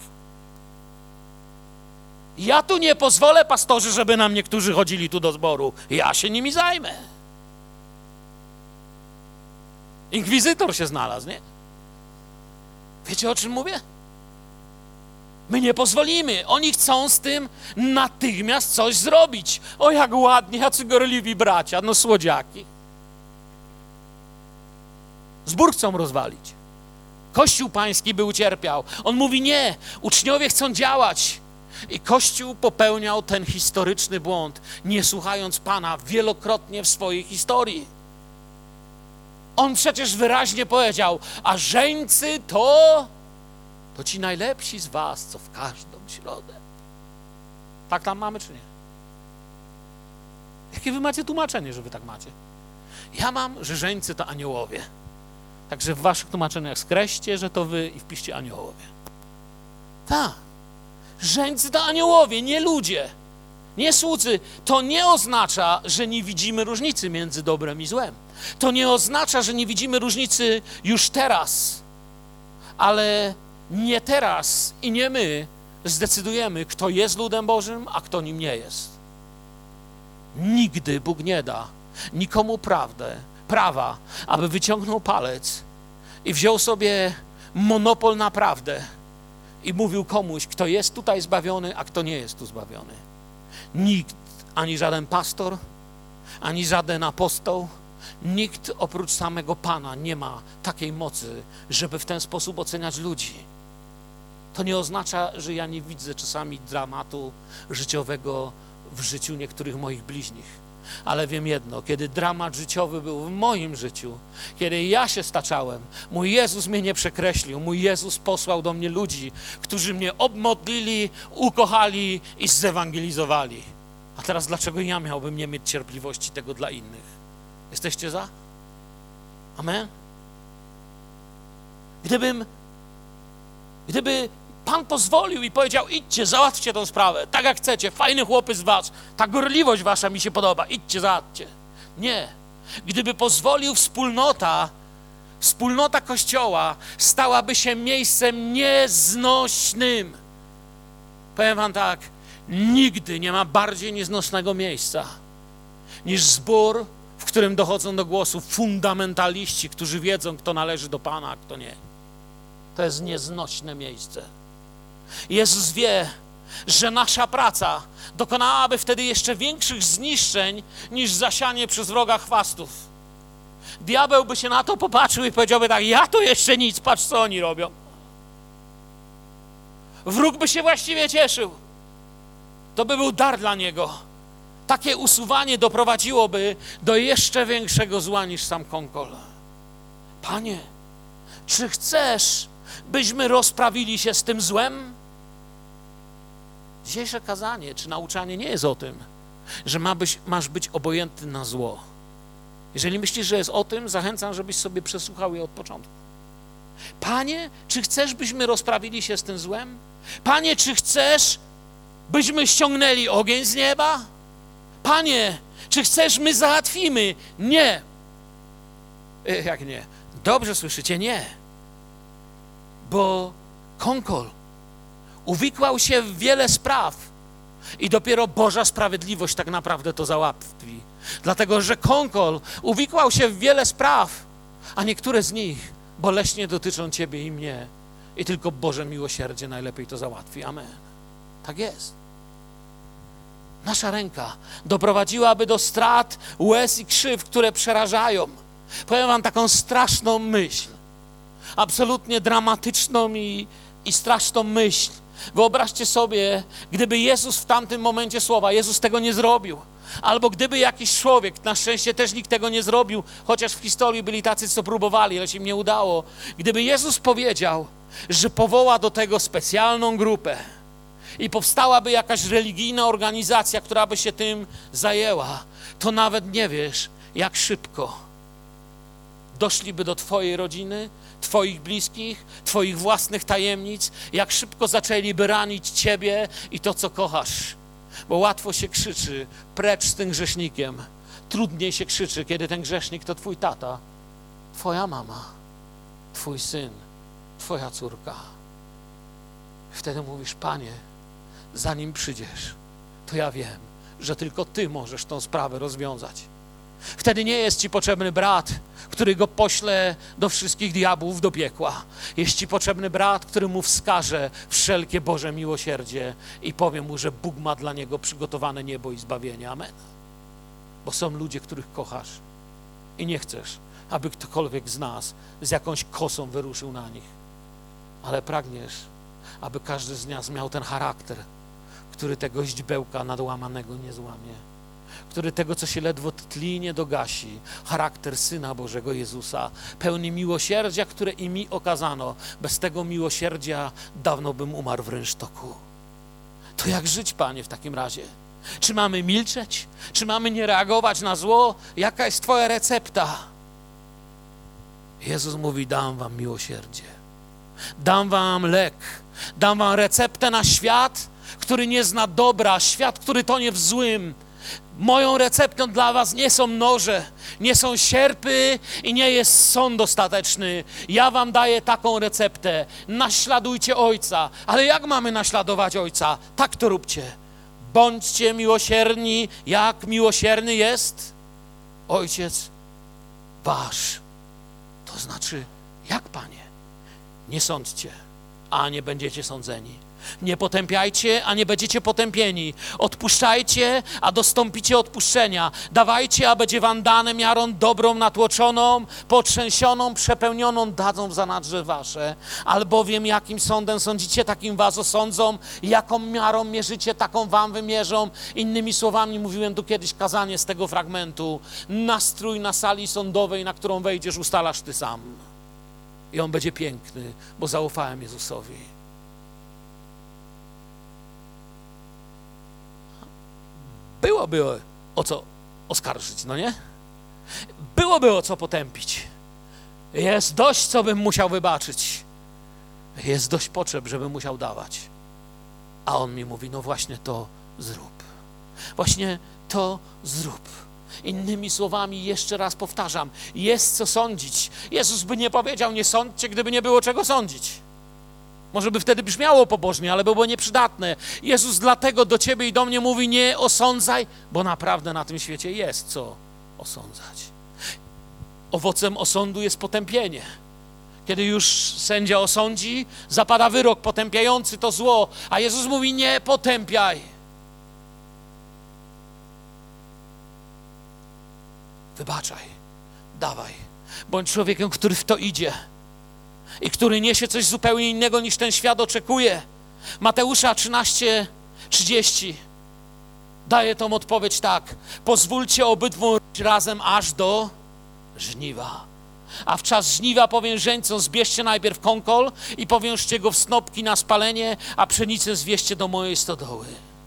A: Ja tu nie pozwolę, pastorzy, żeby nam niektórzy chodzili tu do zboru. Ja się nimi zajmę. Inkwizytor się znalazł, nie? Wiecie, o czym mówię? My nie pozwolimy. Oni chcą z tym natychmiast coś zrobić. O, jak ładnie, jacy gorliwi bracia, no słodziaki. Zbór chcą rozwalić. Kościół pański by ucierpiał. On mówi: nie, uczniowie chcą działać. I Kościół popełniał ten historyczny błąd, nie słuchając Pana wielokrotnie w swojej historii. On przecież wyraźnie powiedział: a żeńcy to, to ci najlepsi z was, co w każdą środę. Tak tam mamy, czy nie? Jakie wy macie tłumaczenie, że wy tak macie? Ja mam, że żeńcy to aniołowie. Także w waszych tłumaczeniach skreślcie, że to wy, i wpiszcie aniołowie. Tak. Żeńcy to aniołowie, nie ludzie, nie słudzy. To nie oznacza, że nie widzimy różnicy między dobrem i złem. To nie oznacza, że nie widzimy różnicy już teraz, ale nie teraz i nie my zdecydujemy, kto jest ludem Bożym, a kto nim nie jest. Nigdy Bóg nie da nikomu prawdę, prawa, aby wyciągnął palec i wziął sobie monopol na prawdę i mówił komuś, kto jest tutaj zbawiony, a kto nie jest tu zbawiony. Nikt, ani żaden pastor, ani żaden apostoł, Nikt oprócz samego Pana nie ma takiej mocy, żeby w ten sposób oceniać ludzi. To nie oznacza, że ja nie widzę czasami dramatu życiowego w życiu niektórych moich bliźnich. Ale wiem jedno, kiedy dramat życiowy był w moim życiu, kiedy ja się staczałem, mój Jezus mnie nie przekreślił, mój Jezus posłał do mnie ludzi, którzy mnie obmodlili, ukochali i zewangelizowali. A teraz dlaczego ja miałbym nie mieć cierpliwości tego dla innych? Jesteście za? Amen? Gdybym, gdyby Pan pozwolił i powiedział, idźcie, załatwcie tą sprawę, tak jak chcecie, fajny chłopy z was, ta gorliwość wasza mi się podoba, idźcie, załatwcie. Nie. Gdyby pozwolił wspólnota, wspólnota Kościoła stałaby się miejscem nieznośnym. Powiem wam tak, nigdy nie ma bardziej nieznośnego miejsca niż zbór, w którym dochodzą do głosu fundamentaliści, którzy wiedzą, kto należy do Pana, a kto nie. To jest nieznośne miejsce. Jezus wie, że nasza praca dokonałaby wtedy jeszcze większych zniszczeń niż zasianie przez wroga chwastów. Diabeł by się na to popatrzył i powiedziałby tak, ja to jeszcze nic, patrz co oni robią. Wróg by się właściwie cieszył. To by był dar dla niego. Takie usuwanie doprowadziłoby do jeszcze większego zła niż sam Konkol. Panie, czy chcesz, byśmy rozprawili się z tym złem? Dzisiejsze kazanie czy nauczanie nie jest o tym, że ma być, masz być obojętny na zło. Jeżeli myślisz, że jest o tym, zachęcam, żebyś sobie przesłuchał je od początku. Panie, czy chcesz, byśmy rozprawili się z tym złem? Panie, czy chcesz, byśmy ściągnęli ogień z nieba? Panie, czy chcesz, my załatwimy? Nie. E, jak nie? Dobrze słyszycie? Nie. Bo Konkol uwikłał się w wiele spraw i dopiero Boża sprawiedliwość tak naprawdę to załatwi. Dlatego, że Konkol uwikłał się w wiele spraw, a niektóre z nich boleśnie dotyczą ciebie i mnie i tylko Boże miłosierdzie najlepiej to załatwi. Amen. Tak jest. Nasza ręka doprowadziłaby do strat, łez i krzyw, które przerażają. Powiem wam taką straszną myśl, absolutnie dramatyczną i, i straszną myśl. Wyobraźcie sobie, gdyby Jezus w tamtym momencie słowa, Jezus tego nie zrobił, albo gdyby jakiś człowiek, na szczęście też nikt tego nie zrobił, chociaż w historii byli tacy, co próbowali, ale się im nie udało. Gdyby Jezus powiedział, że powoła do tego specjalną grupę i powstałaby jakaś religijna organizacja, która by się tym zajęła, to nawet nie wiesz, jak szybko doszliby do twojej rodziny, twoich bliskich, twoich własnych tajemnic, jak szybko zaczęliby ranić ciebie i to, co kochasz. Bo łatwo się krzyczy, precz z tym grzesznikiem. Trudniej się krzyczy, kiedy ten grzesznik to twój tata, twoja mama, twój syn, twoja córka. Wtedy mówisz, Panie, zanim przyjdziesz, to ja wiem, że tylko Ty możesz tą sprawę rozwiązać. Wtedy nie jest ci potrzebny brat, który go pośle do wszystkich diabłów do piekła. Jest ci potrzebny brat, który mu wskaże wszelkie Boże miłosierdzie i powie mu, że Bóg ma dla niego przygotowane niebo i zbawienie. Amen. Bo są ludzie, których kochasz i nie chcesz, aby ktokolwiek z nas z jakąś kosą wyruszył na nich. Ale pragniesz, aby każdy z nas miał ten charakter, który tego źdźbełka nadłamanego nie złamie, który tego, co się ledwo tli, nie dogasi. Charakter Syna Bożego Jezusa, pełny miłosierdzia, które i mi okazano. Bez tego miłosierdzia dawno bym umarł w rynsztoku. To jak żyć, Panie, w takim razie? Czy mamy milczeć? Czy mamy nie reagować na zło? Jaka jest Twoja recepta? Jezus mówi, dam wam miłosierdzie. Dam wam lek. Dam wam receptę na świat, który nie zna dobra, świat, który tonie w złym. Moją receptą dla was nie są noże, nie są sierpy i nie jest sąd ostateczny. Ja wam daję taką receptę. Naśladujcie Ojca. Ale jak mamy naśladować Ojca? Tak to róbcie. Bądźcie miłosierni, jak miłosierny jest Ojciec wasz. To znaczy, jak, Panie? Nie sądźcie, a nie będziecie sądzeni. Nie potępiajcie, a nie będziecie potępieni. Odpuszczajcie, a dostąpicie odpuszczenia. Dawajcie, a będzie wam dane miarą dobrą, natłoczoną, potrzęsioną, przepełnioną dadzą w zanadrze wasze. Albowiem jakim sądem sądzicie, takim was osądzą. Jaką miarą mierzycie, taką wam wymierzą. Innymi słowami, mówiłem tu kiedyś kazanie z tego fragmentu. Nastrój na sali sądowej, na którą wejdziesz, ustalasz ty sam. I on będzie piękny, bo zaufałem Jezusowi. Byłoby o co oskarżyć, no nie? Byłoby o co potępić. Jest dość, co bym musiał wybaczyć. Jest dość potrzeb, żebym musiał dawać. A on mi mówi, no właśnie to zrób. Właśnie to zrób. Innymi słowami, jeszcze raz powtarzam, jest co sądzić. Jezus by nie powiedział, nie sądźcie, gdyby nie było czego sądzić. Może by wtedy brzmiało pobożnie, ale by było nieprzydatne. Jezus dlatego do ciebie i do mnie mówi, nie osądzaj, bo naprawdę na tym świecie jest co osądzać. Owocem osądu jest potępienie. Kiedy już sędzia osądzi, zapada wyrok potępiający to zło, a Jezus mówi, nie potępiaj. Wybaczaj, dawaj. Bądź człowiekiem, który w to idzie i który niesie coś zupełnie innego, niż ten świat oczekuje. Mateusza trzynaście trzydzieści daje tą odpowiedź tak. Pozwólcie obydwu razem aż do żniwa. A w czas żniwa powierzchńcom zbierzcie najpierw kąkol i powiążcie go w snopki na spalenie, a pszenicę zwieźcie do mojej stodoły.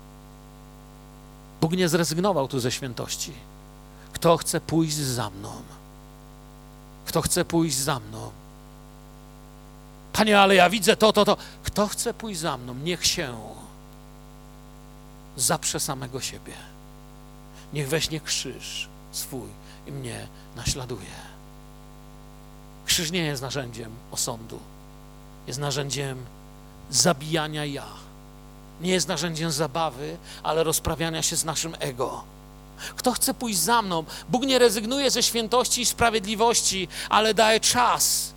A: Bóg nie zrezygnował tu ze świętości. Kto chce pójść za mną? Kto chce pójść za mną? Panie, ale ja widzę to, to, to. Kto chce pójść za mną? Niech się zaprze samego siebie. Niech weźmie krzyż swój i mnie naśladuje. Krzyż nie jest narzędziem osądu. Jest narzędziem zabijania ja. Nie jest narzędziem zabawy, ale rozprawiania się z naszym ego. Kto chce pójść za mną? Bóg nie rezygnuje ze świętości i sprawiedliwości, ale daje czas.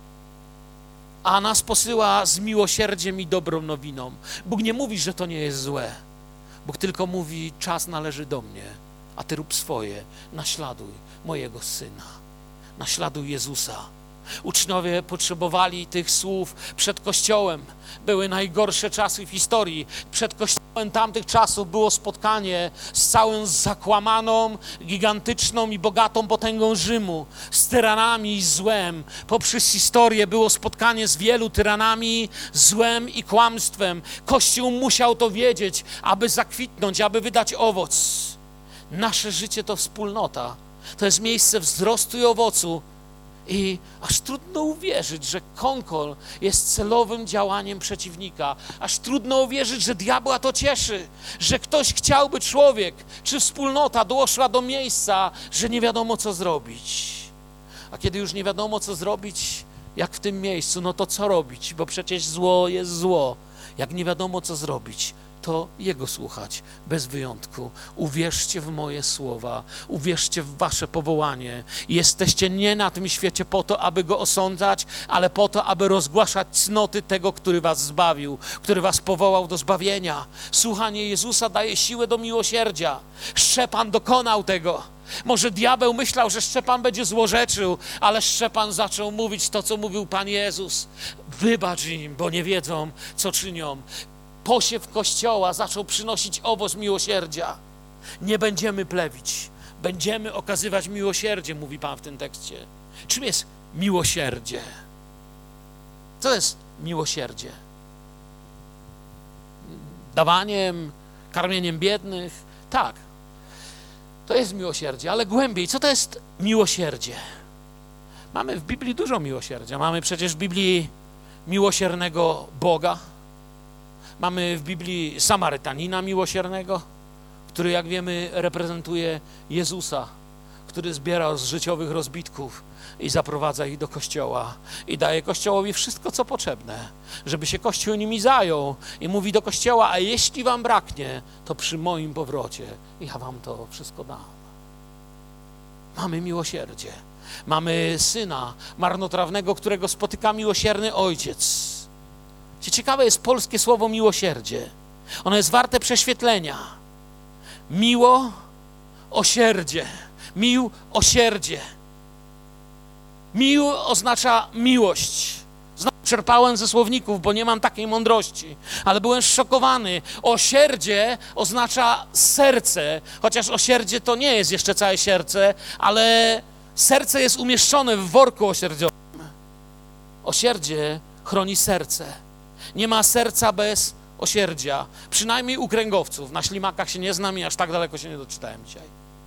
A: A nas posyła z miłosierdziem i dobrą nowiną. Bóg nie mówi, że to nie jest złe. Bóg tylko mówi, czas należy do mnie, a ty rób swoje. Naśladuj mojego Syna. Naśladuj Jezusa. Uczniowie potrzebowali tych słów przed Kościołem. Były najgorsze czasy w historii. Przed Kościołem tamtych czasów było spotkanie z całą zakłamaną, gigantyczną i bogatą potęgą Rzymu, z tyranami i złem. Poprzez historię było spotkanie z wielu tyranami, złem i kłamstwem. Kościół musiał to wiedzieć, aby zakwitnąć, aby wydać owoc. Nasze życie to wspólnota. To jest miejsce wzrostu i owocu. I aż trudno uwierzyć, że kąkol jest celowym działaniem przeciwnika. Aż trudno uwierzyć, że diabła to cieszy, że ktoś chciałby, człowiek czy wspólnota doszła do miejsca, że nie wiadomo co zrobić. A kiedy już nie wiadomo co zrobić, jak w tym miejscu, no to co robić? Bo przecież zło jest zło. Jak nie wiadomo co zrobić, to Jego słuchać, bez wyjątku. Uwierzcie w moje słowa, uwierzcie w wasze powołanie. Jesteście nie na tym świecie po to, aby Go osądzać, ale po to, aby rozgłaszać cnoty tego, który was zbawił, który was powołał do zbawienia. Słuchanie Jezusa daje siłę do miłosierdzia. Szczepan dokonał tego. Może diabeł myślał, że Szczepan będzie złorzeczył, ale Szczepan zaczął mówić to, co mówił Pan Jezus. Wybacz im, bo nie wiedzą, co czynią. Posiew Kościoła zaczął przynosić owoc miłosierdzia. Nie będziemy plewić, będziemy okazywać miłosierdzie, mówi Pan w tym tekście. Czym jest miłosierdzie? Co jest miłosierdzie? Dawaniem, karmieniem biednych? Tak, to jest miłosierdzie, ale głębiej, co to jest miłosierdzie? Mamy w Biblii dużo miłosierdzia. Mamy przecież w Biblii miłosiernego Boga. Mamy w Biblii Samarytanina miłosiernego, który, jak wiemy, reprezentuje Jezusa, który zbiera z życiowych rozbitków i zaprowadza ich do Kościoła i daje Kościołowi wszystko, co potrzebne, żeby się Kościół nimi zajął i mówi do Kościoła, a jeśli wam braknie, to przy moim powrocie ja wam to wszystko dam. Mamy miłosierdzie. Mamy Syna marnotrawnego, którego spotyka miłosierny Ojciec. Ciekawe jest polskie słowo miłosierdzie. Ono jest warte prześwietlenia. Miło, osierdzie. Mił, osierdzie. Mił oznacza miłość. Znowu czerpałem ze słowników, bo nie mam takiej mądrości, ale byłem szokowany. Osierdzie oznacza serce, chociaż osierdzie to nie jest jeszcze całe serce, ale serce jest umieszczone w worku osierdziowym. Osierdzie chroni serce. Nie ma serca bez osierdzia. Przynajmniej u kręgowców. Na ślimakach się nie znam i aż tak daleko się nie doczytałem dzisiaj.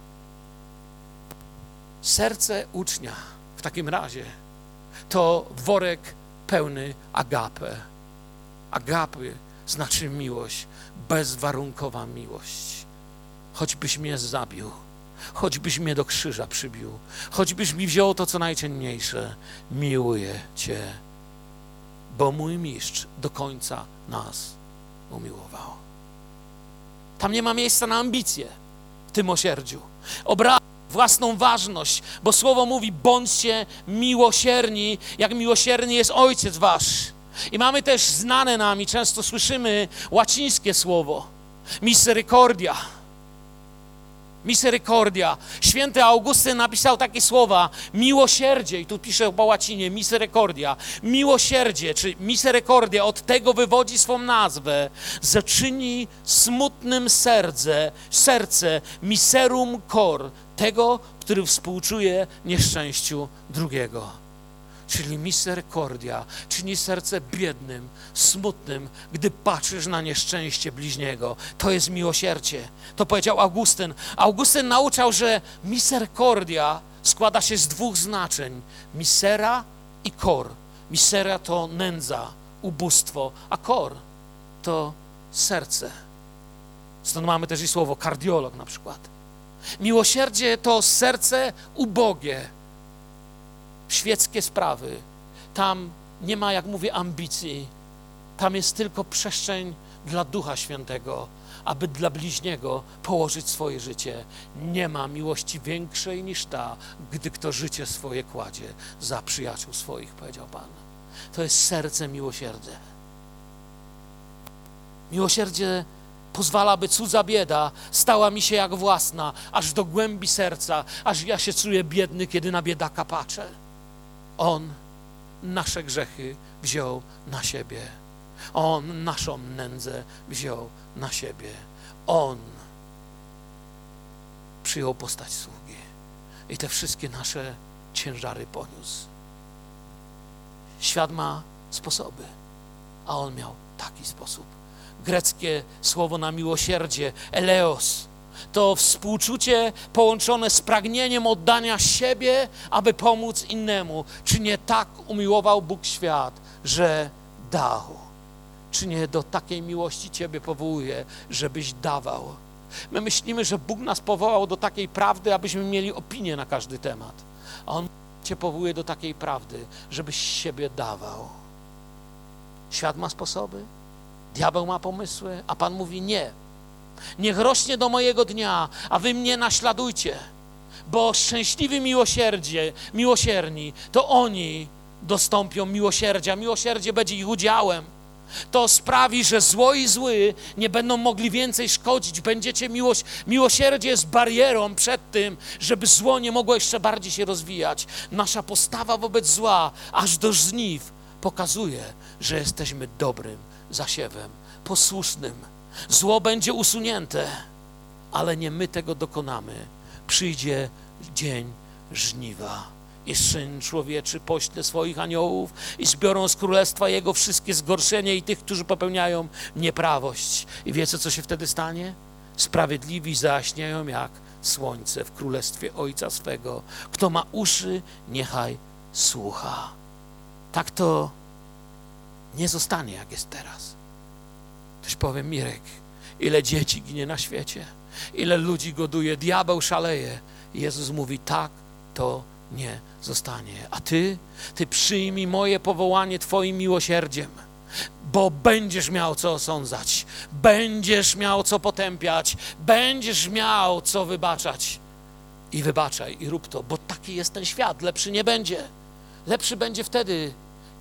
A: Serce ucznia w takim razie to worek pełny agape. Agapy znaczy miłość, bezwarunkowa miłość. Choćbyś mnie zabił, choćbyś mnie do krzyża przybił, choćbyś mi wziął to, co najcenniejsze, miłuję Cię, bo mój mistrz do końca nas umiłował. Tam nie ma miejsca na ambicje w tym osierdziu. Obraz własną ważność, bo słowo mówi, bądźcie miłosierni, jak miłosierny jest Ojciec wasz. I mamy też znane nam i często słyszymy łacińskie słowo, misericordia. Misericordia. Święty Augustyn napisał takie słowa, miłosierdzie, i tu pisze po łacinie, misericordia. Miłosierdzie, czy misericordia, od tego wywodzi swą nazwę, zaczyni smutnym serce, serce miserum cor, tego, który współczuje nieszczęściu drugiego. Czyli misericordia, czyni serce biednym, smutnym, gdy patrzysz na nieszczęście bliźniego. To jest miłosierdzie. To powiedział Augustyn. Augustyn nauczał, że misericordia składa się z dwóch znaczeń. Misera i cor. Misera to nędza, ubóstwo, a cor to serce. Stąd mamy też i słowo kardiolog na przykład. Miłosierdzie to serce ubogie. Świeckie sprawy. Tam nie ma, jak mówię, ambicji. Tam jest tylko przestrzeń dla Ducha Świętego, aby dla bliźniego położyć swoje życie. Nie ma miłości większej niż ta, gdy kto życie swoje kładzie za przyjaciół swoich, powiedział Pan. To jest serce miłosierdzie. Miłosierdzie pozwala, by cudza bieda stała mi się jak własna, aż do głębi serca, aż ja się czuję biedny, kiedy na biedaka patrzę. On nasze grzechy wziął na siebie. On naszą nędzę wziął na siebie. On przyjął postać sługi i te wszystkie nasze ciężary poniósł. Świat ma sposoby, a on miał taki sposób. Greckie słowo na miłosierdzie, eleos, to współczucie połączone z pragnieniem oddania siebie, aby pomóc innemu. Czy nie tak umiłował Bóg świat, że dał? Czy nie do takiej miłości Ciebie powołuje, żebyś dawał? My myślimy, że Bóg nas powołał do takiej prawdy, abyśmy mieli opinię na każdy temat. A On Cię powołuje do takiej prawdy, żebyś siebie dawał. Świat ma sposoby, diabeł ma pomysły, a Pan mówi nie. Niech rośnie do mojego dnia, a wy mnie naśladujcie, bo szczęśliwi miłosierdzie, miłosierni, to oni dostąpią miłosierdzia. Miłosierdzie będzie ich udziałem. To sprawi, że zło i zły nie będą mogli więcej szkodzić. Będziecie miłość, miłosierdzie jest barierą przed tym, żeby zło nie mogło jeszcze bardziej się rozwijać. Nasza postawa wobec zła, aż do żniw, pokazuje, że jesteśmy dobrym zasiewem, posłusznym. Zło będzie usunięte, ale nie my tego dokonamy. Przyjdzie dzień żniwa i Syn Człowieczy pośle swoich aniołów i zbiorą z królestwa Jego wszystkie zgorszenia i tych, którzy popełniają nieprawość. I wiecie, co się wtedy stanie? Sprawiedliwi zajaśniają jak słońce w królestwie Ojca swego. Kto ma uszy, niechaj słucha. Tak to nie zostanie, jak jest teraz. Ktoś powie, Mirek, ile dzieci ginie na świecie, ile ludzi goduje, diabeł szaleje. Jezus mówi, tak to nie zostanie. A ty, ty przyjmij moje powołanie Twoim miłosierdziem, bo będziesz miał co osądzać, będziesz miał co potępiać, będziesz miał co wybaczać. I wybaczaj, i rób to, bo taki jest ten świat. Lepszy nie będzie. Lepszy będzie wtedy,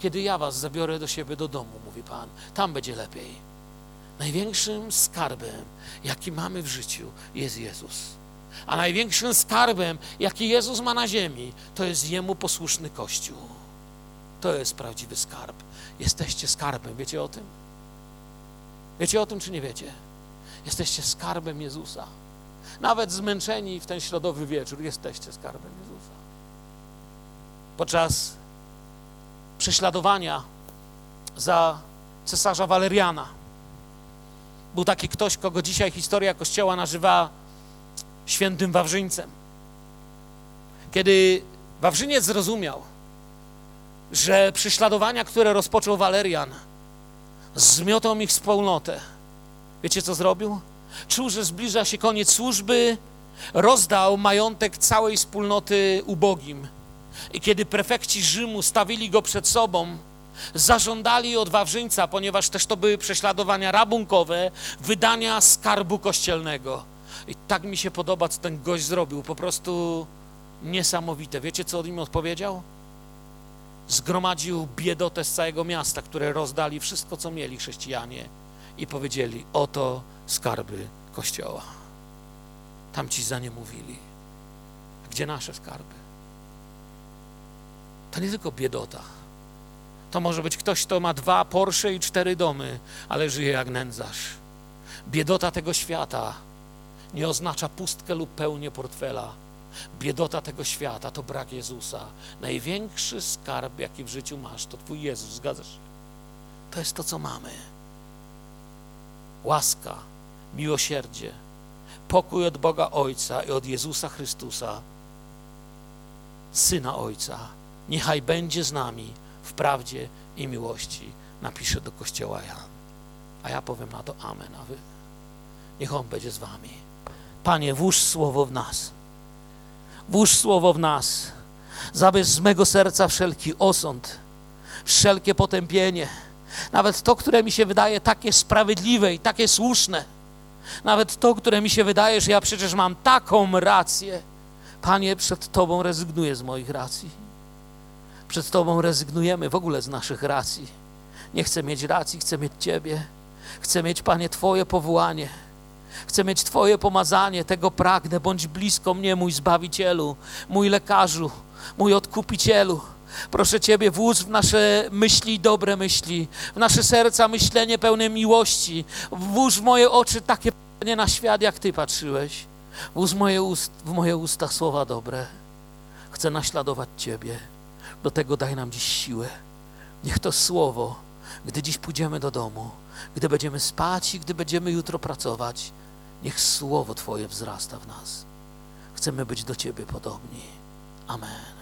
A: kiedy ja was zabiorę do siebie do domu, mówi Pan, tam będzie lepiej. Największym skarbem, jaki mamy w życiu, jest Jezus. A największym skarbem, jaki Jezus ma na ziemi, to jest Jemu posłuszny Kościół. To jest prawdziwy skarb. Jesteście skarbem, wiecie o tym? Wiecie o tym, czy nie wiecie? Jesteście skarbem Jezusa. Nawet zmęczeni w ten środowy wieczór, jesteście skarbem Jezusa. Podczas prześladowania za cesarza Waleriana był taki ktoś, kogo dzisiaj historia Kościoła nazywa świętym Wawrzyńcem. Kiedy Wawrzyniec zrozumiał, że prześladowania, które rozpoczął Walerian, zmiotą ich wspólnotę, wiecie co zrobił? Czuł, że zbliża się koniec służby, rozdał majątek całej wspólnoty ubogim. I kiedy prefekci Rzymu stawili go przed sobą, zażądali od Wawrzyńca, ponieważ też to były prześladowania rabunkowe, wydania skarbu kościelnego. I tak mi się podoba, co ten gość zrobił, po prostu niesamowite. Wiecie, co on im odpowiedział? Zgromadził biedotę z całego miasta, które rozdali wszystko, co mieli chrześcijanie i powiedzieli, oto skarby Kościoła. Tamci za nie mówili. Gdzie nasze skarby? To nie tylko biedota. To może być ktoś, kto ma dwa Porsche i cztery domy, ale żyje jak nędzarz. Biedota tego świata nie oznacza pustkę lub pełnię portfela. Biedota tego świata to brak Jezusa. Największy skarb, jaki w życiu masz, to Twój Jezus, zgadzasz się? To jest to, co mamy. Łaska, miłosierdzie, pokój od Boga Ojca i od Jezusa Chrystusa, Syna Ojca, niechaj będzie z nami w prawdzie i miłości, napisze do Kościoła Jan. A ja powiem na to amen, a wy? Niech On będzie z wami. Panie, włóż słowo w nas. Włóż słowo w nas. Zabierz z mego serca wszelki osąd, wszelkie potępienie, nawet to, które mi się wydaje takie sprawiedliwe i takie słuszne, nawet to, które mi się wydaje, że ja przecież mam taką rację. Panie, przed Tobą rezygnuję z moich racji. Przed Tobą rezygnujemy w ogóle z naszych racji. Nie chcę mieć racji, chcę mieć Ciebie. Chcę mieć, Panie, Twoje powołanie. Chcę mieć Twoje pomazanie, tego pragnę. Bądź blisko mnie, mój Zbawicielu, mój Lekarzu, mój Odkupicielu. Proszę Ciebie, włóż w nasze myśli dobre myśli, w nasze serca myślenie pełne miłości. Włóż w moje oczy takie patrzenie na świat, jak Ty patrzyłeś. Włóż moje ust, w moje usta słowa dobre. Chcę naśladować Ciebie. Do tego daj nam dziś siłę. Niech to słowo, gdy dziś pójdziemy do domu, gdy będziemy spać i gdy będziemy jutro pracować, niech słowo Twoje wzrasta w nas. Chcemy być do Ciebie podobni. Amen.